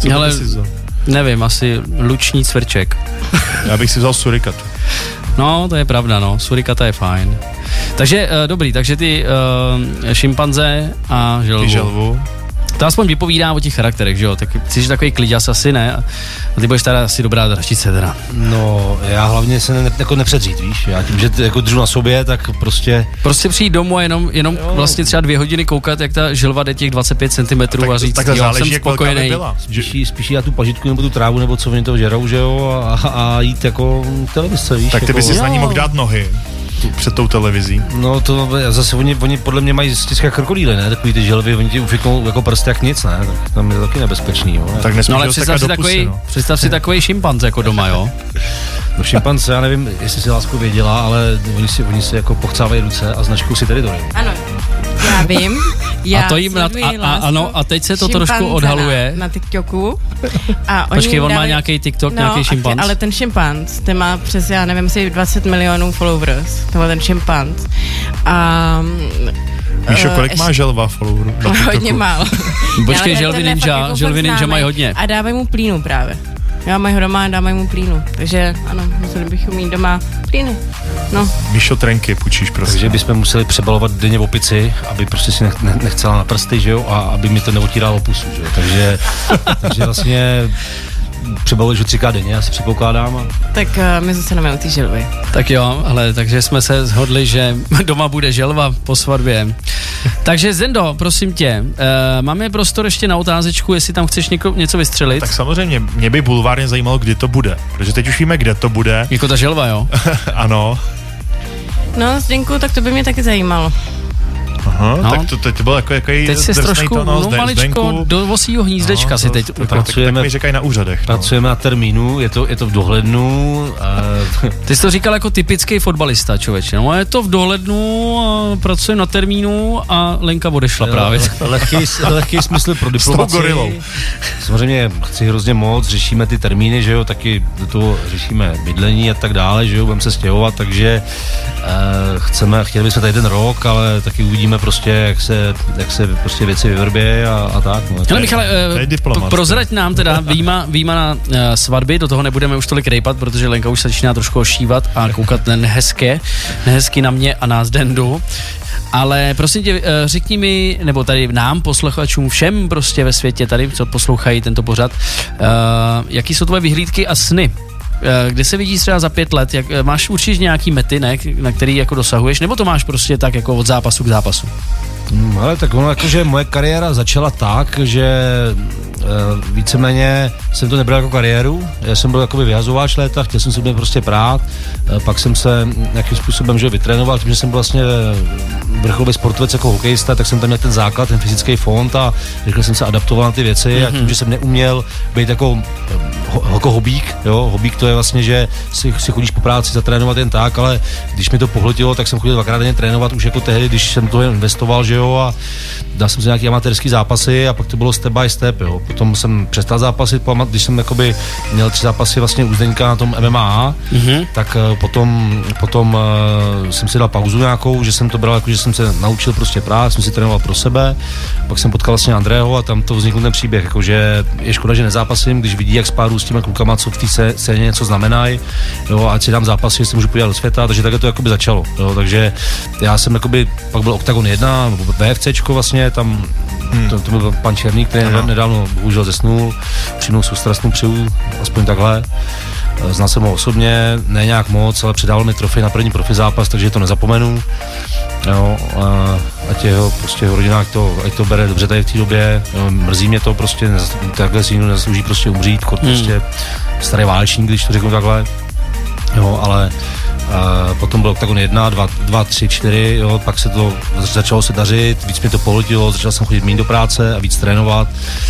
Co ale by si vzal? Nevím, asi luční cvrček. Já bych si vzal surikatu. No, to je pravda, no. Surikata je fajn. Takže, uh, dobrý, takže ty uh, šimpanze a želvu. Ty želvu. To aspoň vypovídá o těch charakterech, že jo? Tak jsi takový kliďas asi, ne? A ty budeš teda asi dobrá dračice teda. No, já hlavně se ne, jako nepředřít, víš? Já tím, že t- jako držu na sobě, tak prostě... Prostě přijít domů a jenom, jenom vlastně třeba dvě hodiny koukat, jak ta želva jde těch dvacet pět centimetrů Tak, a říct, tak jo, záleží, jsem jak velká by spokojený. byla. Spíš, spíš já tu pažitku nebo tu trávu, nebo co oni to žerou, že jo? A, a jít jako televize, víš? Tak ty jako, bys si jo. na ní mohl dát nohy tu, před tou televizí. No to zase oni, oni podle mě mají stiská krokodýly, ne? Takový ty želvy, oni ti ufiknou jako prsty jak nic, ne? Tak tam je to taky nebezpečný, jo? Tak nesmíš No ale ho představ si, sekat do pusy, takový, no. představ si takový šimpanz jako doma, jo? No šimpanze, já nevím, jestli si lásku věděla, ale oni si, oni si jako pochcávají ruce a značkou si teritorium. Ano, já vím. Já A to jim na, a, a, ano, a teď se to trošku odhaluje. Na, na TikToku. A oni Počkej, on dali, má nějaký TikTok, no, nějaký šimpanz? Ale ten šimpanz, ten má přes, já nevím, si dvacet milionů followers. To má ten šimpanz. A... Víš, uh, kolik má želva followerů? na TikToku? Hodně málo. Počkej, Ale želvy ten je ninja, fakt jako želvy fakt ninja známý. mají hodně. A dávají mu plínu právě. Já mají ho doma a dávají mu plínu. Takže ano, museli bychom mít doma plíny. No. Míšo trenky půjčíš, prostě. Takže bychom museli přebalovat denně opici, aby prostě si nech, ne, nechcela na prsty, že jo, a aby mi to neotíralo pusu, že jo. Takže, takže vlastně přebaluješ ho třikrát denně, já si předpokládám. A... Tak uh, my zůstaneme u té želvy. Tak jo, ale takže jsme se shodli, že doma bude želva po svatbě. Takže Zendo, prosím tě, uh, máme prostor ještě na otázečku, jestli tam chceš něko, něco vystřelit. Tak samozřejmě, mě by bulvárně zajímalo, kdy to bude. Protože teď už víme, kde to bude. Jako ta želva, jo? Ano. No, Zdenku, tak to by mě taky zajímalo. Aha, No. tak to, teď to bylo jako jaký Teď jsi trošku, to, no, maličko do vosího hnízdečka no, si teď. To, Jako, tak, tak, tak mi říkají na úřadech. No. Pracujeme na termínu, je to, je to v dohlednu. A... Ty jsi to říkal jako typický fotbalista, člověče. No, je to v dohlednu, a pracujeme na termínu a Lenka odešla Jo, právě. Lehký, lehký smysl pro diplomaci. gorilou. Samozřejmě chci hrozně moc, řešíme ty termíny, že jo, taky do toho řešíme bydlení a tak dále, že jo, budeme se stěhovat, takže eh, chceme, chtěli bychom tady ten rok, ale taky uvidíme prostě, jak se, jak se prostě věci vyvrbějí a, a tak. No. Hele Michale, je uh, diplomat, prozrať nám teda výjima, výjima na uh, svatby, do toho nebudeme už tolik rejpat, protože Lenka už se začíná trošku ošívat a koukat nehezké, nehezky na mě a nás Dendu. Ale prosím tě, uh, řekni mi, nebo tady nám, posluchačům, všem prostě ve světě tady, co poslouchají tento pořad, uh, jaký jsou tvoje vyhlídky a sny? Kde se vidíš třeba za pět let? Jak, máš určitě nějaký mety, ne, na který jako dosahuješ, nebo to máš prostě tak jako od zápasu k zápasu? Hmm, ale tak ono jakože moje kariéra začala tak, že e, víceméně jsem to nebral jako kariéru, já jsem byl jakoby vyhazováč léta, chtěl jsem se mě prostě prát, e, pak jsem se nějakým způsobem že vytrénoval, tím, že jsem byl vlastně vrcholový sportovec jako hokejista, tak jsem tam měl ten základ, ten fyzický fond a rychle jsem se adaptoval na ty věci mm-hmm. a tím, že jsem neuměl být jako, jako hobík, jo, hobík to je vlastně, že si, si chodíš po práci zatrénovat jen tak, ale když mi to pohltilo, tak jsem chodil dvakrát denně trénovat už jako tehdy, když jsem to investoval, že jo, a dal jsem si nějaký amatérský zápasy a pak to bylo step by step, jo. Potom jsem přestal zápasit, když jsem jakoby měl tři zápasy vlastně u Zdeňka na tom M M A, mm-hmm. tak potom, potom uh, jsem si dal pauzu nějakou, že jsem to bral jako, že jsem se naučil prostě prát, jsem si trénoval pro sebe, pak jsem potkal vlastně Andrého a tam to vznikl ten příběh, jako, že je škoda, že nezápasím, když vidí, jak spáru s těma klukama, co v té scéně něco znamenají, jo, ať si dám zápasy, že se můžu podívat do světa, takže takhle to jakoby začalo, jo, takže já jsem jakoby, pak byl Octagon jedna, VFCčko vlastně, tam hmm. to, to byl pan Černý, který Aha. nedávno bohužel zesnul, přímou soustrastnou přeju, aspoň takhle. Znal jsem ho osobně, ne nějak moc, ale předával mi trofej na první profi zápas, takže to nezapomenu. Jo, a ať jeho, prostě jeho rodina, ať to, ať to bere dobře tady v té době, jo, mrzí mě to prostě, takhle si jinou nezaslouží prostě umřít, chod hmm. prostě starý válečník, když to řeknu takhle, jo, ale a potom byl Octagon jedna, dva, dva, tři, čtyři, jo, pak se to začalo se dařit, víc mě to pohltilo, začal jsem chodit méně do práce a víc trénovat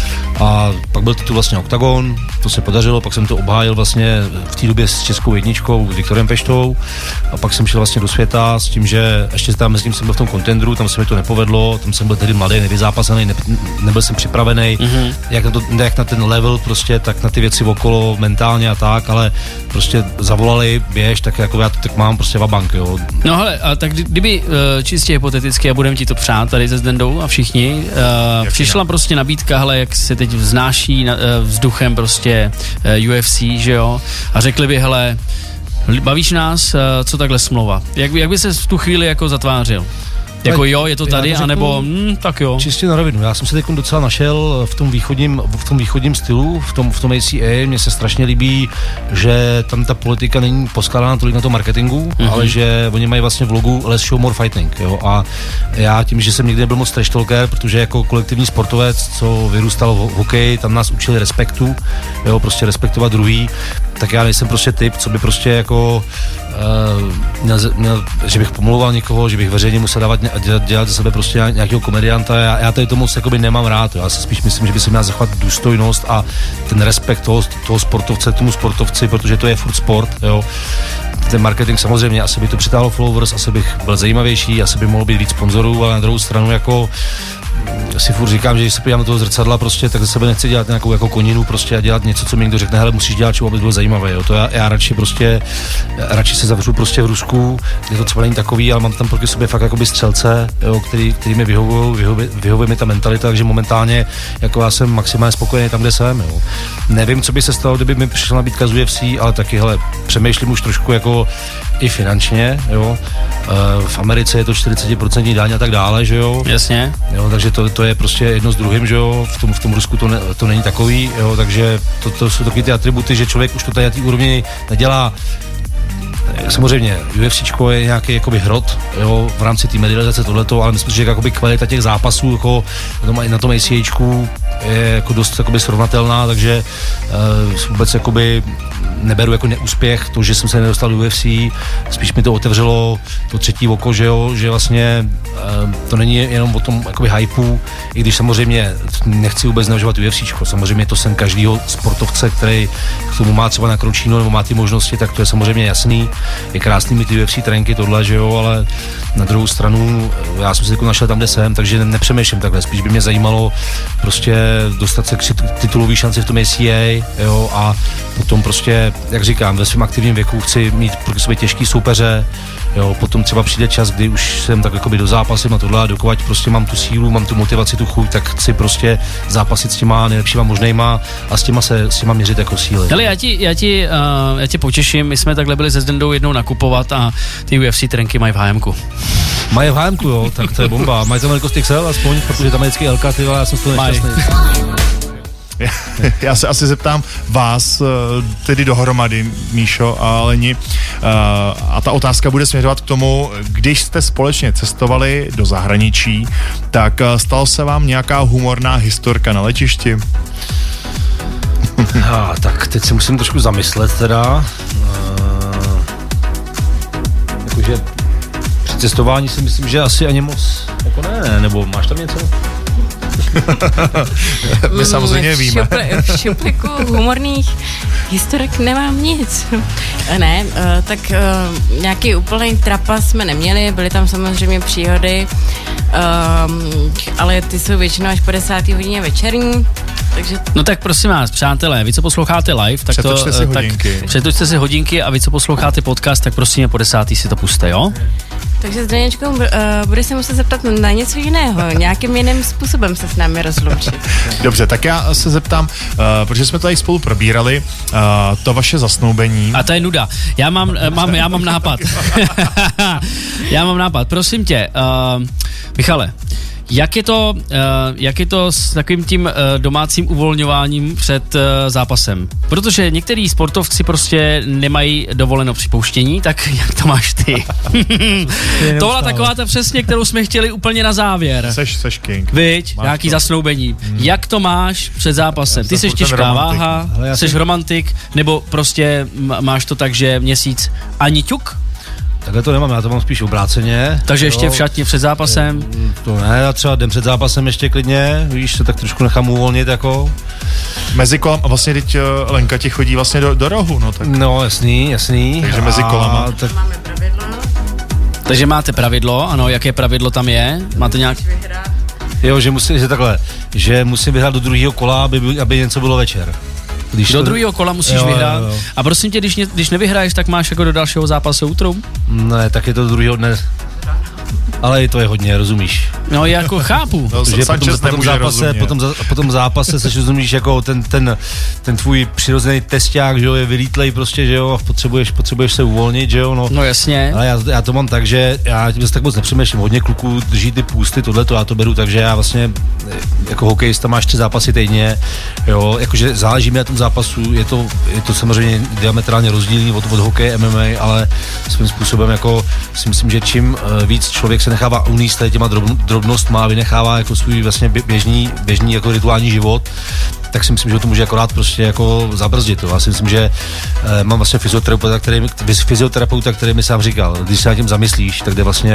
a pak byl titul vlastně Octagon, to se podařilo, pak jsem to obhájil vlastně v té době s českou jedničkou, Viktorem Peštou a pak jsem šel vlastně do světa s tím, že ještě tam mezi tím jsem byl v tom kontendru, tam se mi to nepovedlo, tam jsem byl tedy mladý, nevyzápasený, ne, nebyl jsem připravený, mm-hmm. jak, na to, jak na ten level prostě, tak na ty věci okolo, mentálně a tak, ale prostě zavolali, běž, tak jako já to tak mám prostě vabank, jo. No hele, a tak kdyby čistě hypoteticky, a budeme ti to přát tady se Zdendou a všichni, uh, přišla prostě nabídka, hele, jak se teď vznáší na, uh, vzduchem prostě uh, U F C, že jo, a řekli by, hele, bavíš nás, uh, co takhle smlouva? Jak, jak by se v tu chvíli jako zatvářil? Jako jo, je to tady, anebo hm, tak jo. Čistě na rovinu. Já jsem se teď docela našel v tom východním, v tom východním stylu, v tom, v tom A C A. Mně se strašně líbí, že tam ta politika není poskládána tolik na to marketingu, mm-hmm. ale že oni mají vlastně v logu less show, more fighting. Jo? A já tím, že jsem nikdy nebyl moc trash talker, protože jako kolektivní sportovec, co vyrůstal v hokeji, tam nás učili respektu, jo, prostě respektovat druhý, tak já nejsem prostě typ, co by prostě jako uh, měl, měl, že bych pomlouval někoho, že bych veřejně musel dávat dělat, dělat ze sebe prostě nějakého komedianta. Já, já tady to moc jakoby nemám rád. Já si spíš myslím, že by se měl zachovat důstojnost a ten respekt toho, toho sportovce, tomu sportovci, protože to je furt sport, jo. Ten marketing samozřejmě, asi by to přitáhlo followers, asi bych byl zajímavější, asi by mohlo být víc sponzorů, ale na druhou stranu jako si furt říkám, že když se podívám do toho zrcadla prostě, tak ze sebe nechci dělat nějakou jako koninu prostě a dělat něco, co mi někdo řekne, hele, musíš dělat, čo, aby bylo zajímavé, jo. To já, já radši prostě, radši se zavřu prostě v Rusku, je to třeba není takový, ale mám tam proti sobě fakt jakoby střelce, jo, který, který mi vyhovují, vyhovuje, vyhovuje mi ta mentalita, takže momentálně jako já jsem maximálně spokojený tam, kde jsem, jo. Nevím, co by se stalo, kdyby mi přišla nabídka z U F C, ale taky, hele, přemýšlím už trošku jako i finančně, jo. E, v Americe je to čtyřicet procent daň a tak dále, že jo. Jasně. Jo, takže to, to je prostě jedno s druhým, že jo, v tom, v tom Rusku to, ne, to není takový, jo, takže to, to jsou taky ty atributy, že člověk už to tady na té úrovni nedělá. Samozřejmě, UFCčko je nějaký jakoby hrot, jo, v rámci té medializace tohleto, ale myslím, že jakoby kvalita těch zápasů jako na tom ACAčku je jako dost jakoby srovnatelná, takže uh, vůbec jakoby neberu jako neúspěch to, že jsem se nedostal do U F C, spíš mi to otevřelo to třetí oko, že jo, že vlastně uh, to není jenom o tom jakoby hypeu, i když samozřejmě nechci vůbec zneužívat UFCčko, samozřejmě to sen každýho sportovce, který k tomu má třeba nakročíno nebo má ty možnosti, tak to je samozřejmě jasný, je krásný mít ty U F C tréninky, tohle, že jo, ale na druhou stranu já jsem se jako našel tam, kde jsem, takže nepřemýšlím takhle, spíš by mě zajímalo prostě dostat se k titulový šanci v tom A C A, jo, a potom prostě, jak říkám, ve svém aktivním věku chci mít proti sobě těžký soupeře, jo, potom třeba přijde čas, kdy už jsem tak jakoby do zápasy a tohle a dokud prostě mám tu sílu, mám tu motivaci, tu chuť, tak chci prostě zápasit s těma nejlepšíma možnejma a s těma se s těma měřit jako síly. Ale já ti, já ti, uh, já tě potěším, my jsme takhle byli se Zdendou jednou nakupovat a ty U F C trenky mají v H M ku. Mají v H M ku, jo, tak to je bomba. Mají tam velikost X L aspoň, protože tam je vždycky L K, ty, já jsem z toho nešťastný. Já se asi zeptám vás, tedy dohromady, Míšo a Leni, a ta otázka bude směřovat k tomu, když jste společně cestovali do zahraničí, tak stalo se vám nějaká humorná historka na letišti? Ah, tak teď se musím trošku zamyslet teda. Uh, jakože při cestování si myslím, že asi ani moc jako ne, ne, nebo máš tam něco? My samozřejmě víme. V šupliku humorných historek nemám nic. Ne, tak nějaký úplný trapas jsme neměli, byly tam samozřejmě příhody, ale ty jsou většinou až po desáté hodině večerní. Takže... No tak prosím vás, přátelé, vy co posloucháte live, tak přetočte to, si tak hodinky. přetočte si hodinky a vy co posloucháte podcast, tak prosím po desátý si to puste, jo? Takže s Daněčkou uh, bude se muset zeptat na něco jiného, nějakým jiným způsobem se s námi rozloučit. Dobře, tak já se zeptám, uh, protože jsme tady spolu probírali uh, to vaše zasnoubení. A to je nuda. Já mám, uh, mám, já mám nápad. já mám nápad, prosím tě, uh, Michale, Jak je to, uh, jak je to s takovým tím uh, domácím uvolňováním před uh, zápasem? Protože některý sportovci prostě nemají dovoleno připouštění, tak jak to máš ty? To byla taková ta přesně, kterou jsme chtěli úplně na závěr. Seš, seš king. Viď, máš nějaký to. Zasnoubení. Hmm. Jak to máš před zápasem? Ty jsi těžká váha, jsi jsem... romantik, nebo prostě máš to tak, že měsíc ani ťuk? Takhle to nemám, já to mám spíš obráceně. Takže ještě v šatně před zápasem? To ne, já třeba den před zápasem ještě klidně, víš, to tak trošku nechám uvolnit jako. Mezi kolem, a vlastně teď Lenka ti chodí vlastně do, do rohu, no tak. No jasný, jasný. Takže mezi kolama. Tak... Máme pravidlo. Takže máte pravidlo, ano, jaké pravidlo tam je? Máte nějak... Jo, že musím, že takhle, že musím vyhrát do druhého kola, aby, aby něco bylo večer. Když do to... druhého kola musíš jo, vyhrát. Jo, jo. A prosím tě, když, ne, když nevyhraješ, tak máš jako do dalšího zápasu útrum? Ne, tak je to do druhého dne. Ale i to je hodně, rozumíš? No jako chápu. No, Protože potom, potom, zápase, potom, za, potom zápase se rozumíš jako ten, ten, ten tvůj přirozený testák, že jo, je vylítlej prostě, že jo, a potřebuješ, potřebuješ se uvolnit, že jo, no. No jasně. Ale já, já to mám tak, že já tím se tak moc nepřemýšlím, hodně kluků drží ty půsty, tohleto, já to beru, takže já vlastně jako hokejista máš tři zápasy týdně, jo, jakože záleží mi na tom zápasu, je to, je to samozřejmě diametrálně rozdílný od, od hokeje, M M A, ale svým způsobem jako si myslím, že čím víc člověk se nechává uníst tady těma drob, drobnostma, vynechává jako svůj vlastně běžný, běžný jako rituální život, tak si myslím, že to může akorát prostě jako zabrzdit. Já si myslím, že eh, mám vlastně fyzioterapeuta, který, fyzioterapeuta, který mi sám říkal, když se na tím zamyslíš, tak jde vlastně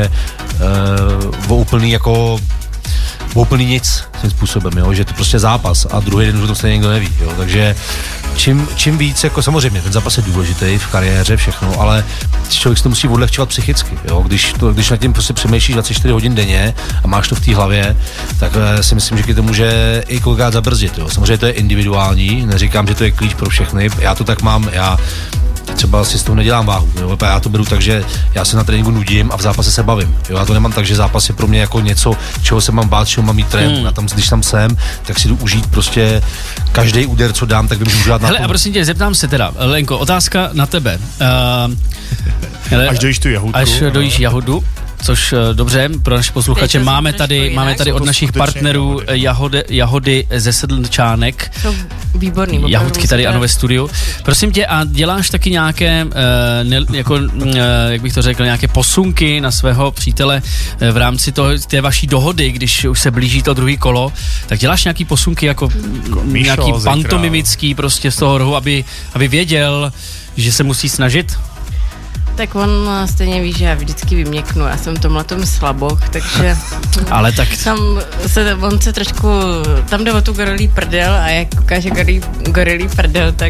eh, o úplný jako o úplný nic tím způsobem, jo? Že to prostě zápas a druhý den už to stejně nikdo neví, jo? Takže čím, čím víc, jako samozřejmě ten zápas je důležitý v kariéře, všechno, ale člověk si to musí odlehčovat psychicky, jo? Když, to, když nad tím prostě přemýšlíš dvacet čtyři hodin denně a máš to v té hlavě, tak si myslím, že to může i kolikrát zabrzdit, jo? Samozřejmě to je individuální, neříkám, že to je klíč pro všechny, já to tak mám, já třeba si z toho nedělám váhu, jo? Já to beru tak, že já se na tréninku nudím a v zápase se bavím. Jo? Já to nemám tak, že zápas je pro mě jako něco, čeho se mám bát, čeho mám mít trén. Hmm. Tam, když tam jsem, tak si jdu užít prostě každý úder, co dám, tak vím, že můžu dát na Hele, a prosím tě, zeptám se teda, Lenko, otázka na tebe. Uh, hele, až dojíš tu jahodu. Až dojíš jahodu. Což dobře, pro naše posluchače máme tady, máme tady od našich partnerů jahody, jahody ze Sedlčánek. Jsou výborný. Jahodky tady ano ve studiu. Prosím tě, a děláš taky nějaké, uh, ne, jako, uh, jak bych to řekl, nějaké posunky na svého přítele uh, v rámci toho, té vaší dohody, když už se blíží to druhý kolo, tak děláš nějaký posunky jako Míšo, nějaký zítra. pantomimický prostě z toho rohu, aby, aby věděl, že se musí snažit? Tak on stejně ví, že já vždycky vyměknu, já jsem tomhletom slaboch, takže ale tak tam se, on se trošku, tam jde o tu gorilí prdel a jak ukáže gorilí, gorilí prdel, tak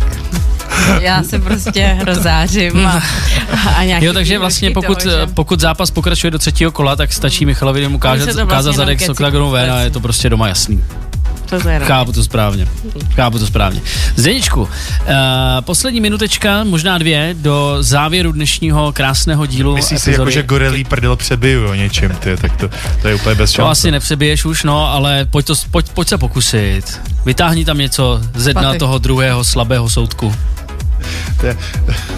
já se prostě rozářím a, a nějaký... Jo, takže vlastně pokud, toho, že... pokud zápas pokračuje do třetího kola, tak stačí Michalovi mu ukázat, vlastně ukázat zadek z oktagonu ven a je to prostě doma jasný. To Chápu to správně. Chápu to správně. Zdeničku, uh, poslední minutečka, možná dvě, do závěru dnešního krásného dílu. Myslíš si, jako, že gorilí prdel přebiju něčím, ty, tak to, to je úplně bez šance. To asi nepřebiješ už, no, ale pojď, to, pojď, pojď se pokusit. Vytáhni tam něco ze dna Paty. Toho druhého slabého soudku. To je...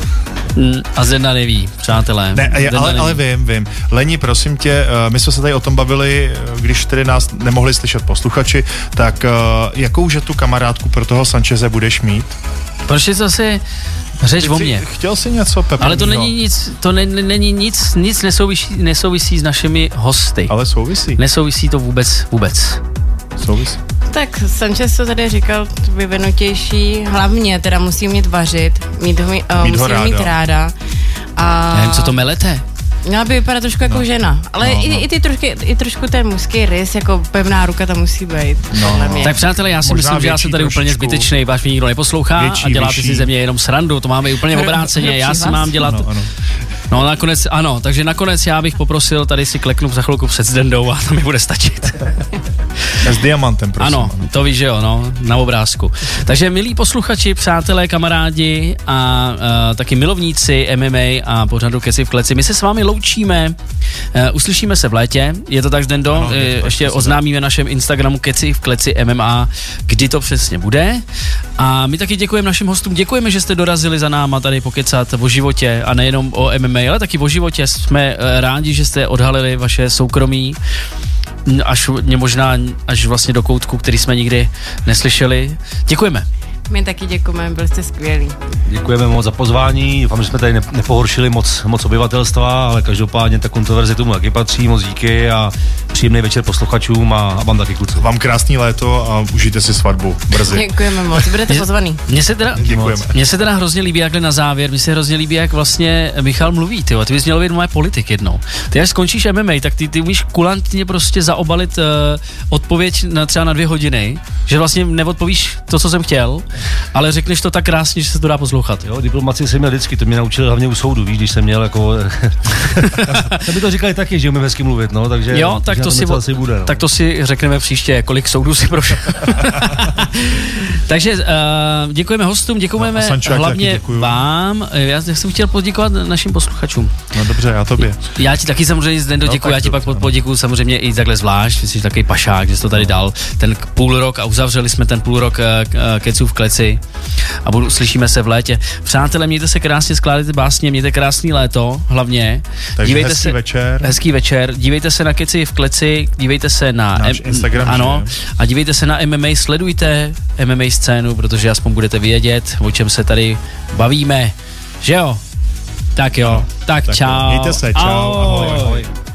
A Zena neví, přátelé. Ne, je, ale, neví. ale vím, vím. Leni, prosím tě, my jsme se tady o tom bavili, když tedy nás nemohli slyšet posluchači, tak jakou že tu kamarádku pro toho Sancheze budeš mít? Proč je zase řeč o mně? Chtěl jsi něco peprnýho? Ale to není nic, to ne, není nic, nic nesouvisí, nesouvisí s našimi hosty. Ale souvisí. Nesouvisí to vůbec, vůbec. Souvisí. Tak Sanchez to tady říkal, vyvinutější, hlavně teda musí mít vařit, mít ho, uh, mít musí ho ráda. mít ráda. A nevím, co to melete. Měla by vypadat trošku jako no. žena, ale no, i, no. i, ty trošku, i trošku ten mužský rys, jako pevná ruka tam musí být. No, no. Tak přátelé, já si Možná myslím, že já jsem tady úplně zbytečný, váš mě nikdo neposlouchá větší, a děláte vyšší. Si ze mě jenom srandu, to máme úplně obráceně, já si mám dělat... No, ano. No nakonec, ano, takže nakonec já bych poprosil, tady si kleknu za chvilku před Zdendou a to mi bude stačit. S diamantem, prosím. Ano, to víš, že jo, no, na obrázku. Takže milí posluchači, přátelé, kamarádi a, a taky milovníci M M A a pořadu Keci v kleci, my se s vámi loučíme, uh, uslyšíme se v létě, je to tak, Zdendo, ano, e, ještě oznámíme našem Instagramu Keci v kleci M M A, kdy to přesně bude a my taky děkujeme našim hostům, děkujeme, že jste dorazili za náma tady pokecat o životě a nejenom o M M A, ale taky o životě, jsme rádi, že jste odhalili vaše soukromí, až mě možná až vlastně do koutku, který jsme nikdy neslyšeli. Děkujeme. My taky děkujeme, byli jste skvělí. Děkujeme moc za pozvání, doufám, že jsme tady nepohoršili moc, moc obyvatelstva, ale každopádně ta kontroverze tomu taky patří, moc díky a příjemný večer posluchačům a, a vám taky kluci. Vám krásný léto a užijte si svatbu brzy. Děkujeme moc, budete pozvaný. Mně se teda, mně se teda hrozně líbí, jakhle na závěr, mně se hrozně líbí, jak vlastně Michal mluví, tyjo. Ty bys měl být moje politik jednou. Ty až skončíš M M A, tak ty, ty umíš kulantně prostě zaobalit uh, odpověď na třeba na dvě hodiny, že vlastně neodpovíš to, co jsem chtěl, ale řekneš to tak krásně, že se to dá poslouchat. Jo, diplomaci jsem měl vždycky, to mě naučili hlavně u soudu, víš, když jsem měl jako... Tam by to říkali taky, že umím hezky mluvit, no, takže... Jo, tak to to si, asi bude, no. tak to si řekneme příště, kolik soudů si prošel. Takže uh, děkujeme hostům, děkujeme no, Sančo, hlavně vám. Já jsem chtěl poděkovat našim posluchačům. No dobře, já tobě. Já ti taky samozřejmě zde doděkuju, no, já ti pak poděkuju samozřejmě i takhle zvlášť, jsi takový pašák, že jsi to tady dal ten půl rok a uzavřeli jsme ten půl rok uh, Keců v kleci a budu, slyšíme se v létě. Přátelé, mějte se krásně, skládejte básně, mějte krásný léto, hlavně. Takže dívejte hezký se, večer. Hezký večer, dívejte se na Keci v kleci, dívejte se na náš em, Instagram, ano, a dívejte se na M M A, sledujte M M A scénu, protože aspoň budete vědět, o čem se tady bavíme, že jo? Tak jo, tak, tak čau. Mějte se, čau, ahoj. ahoj.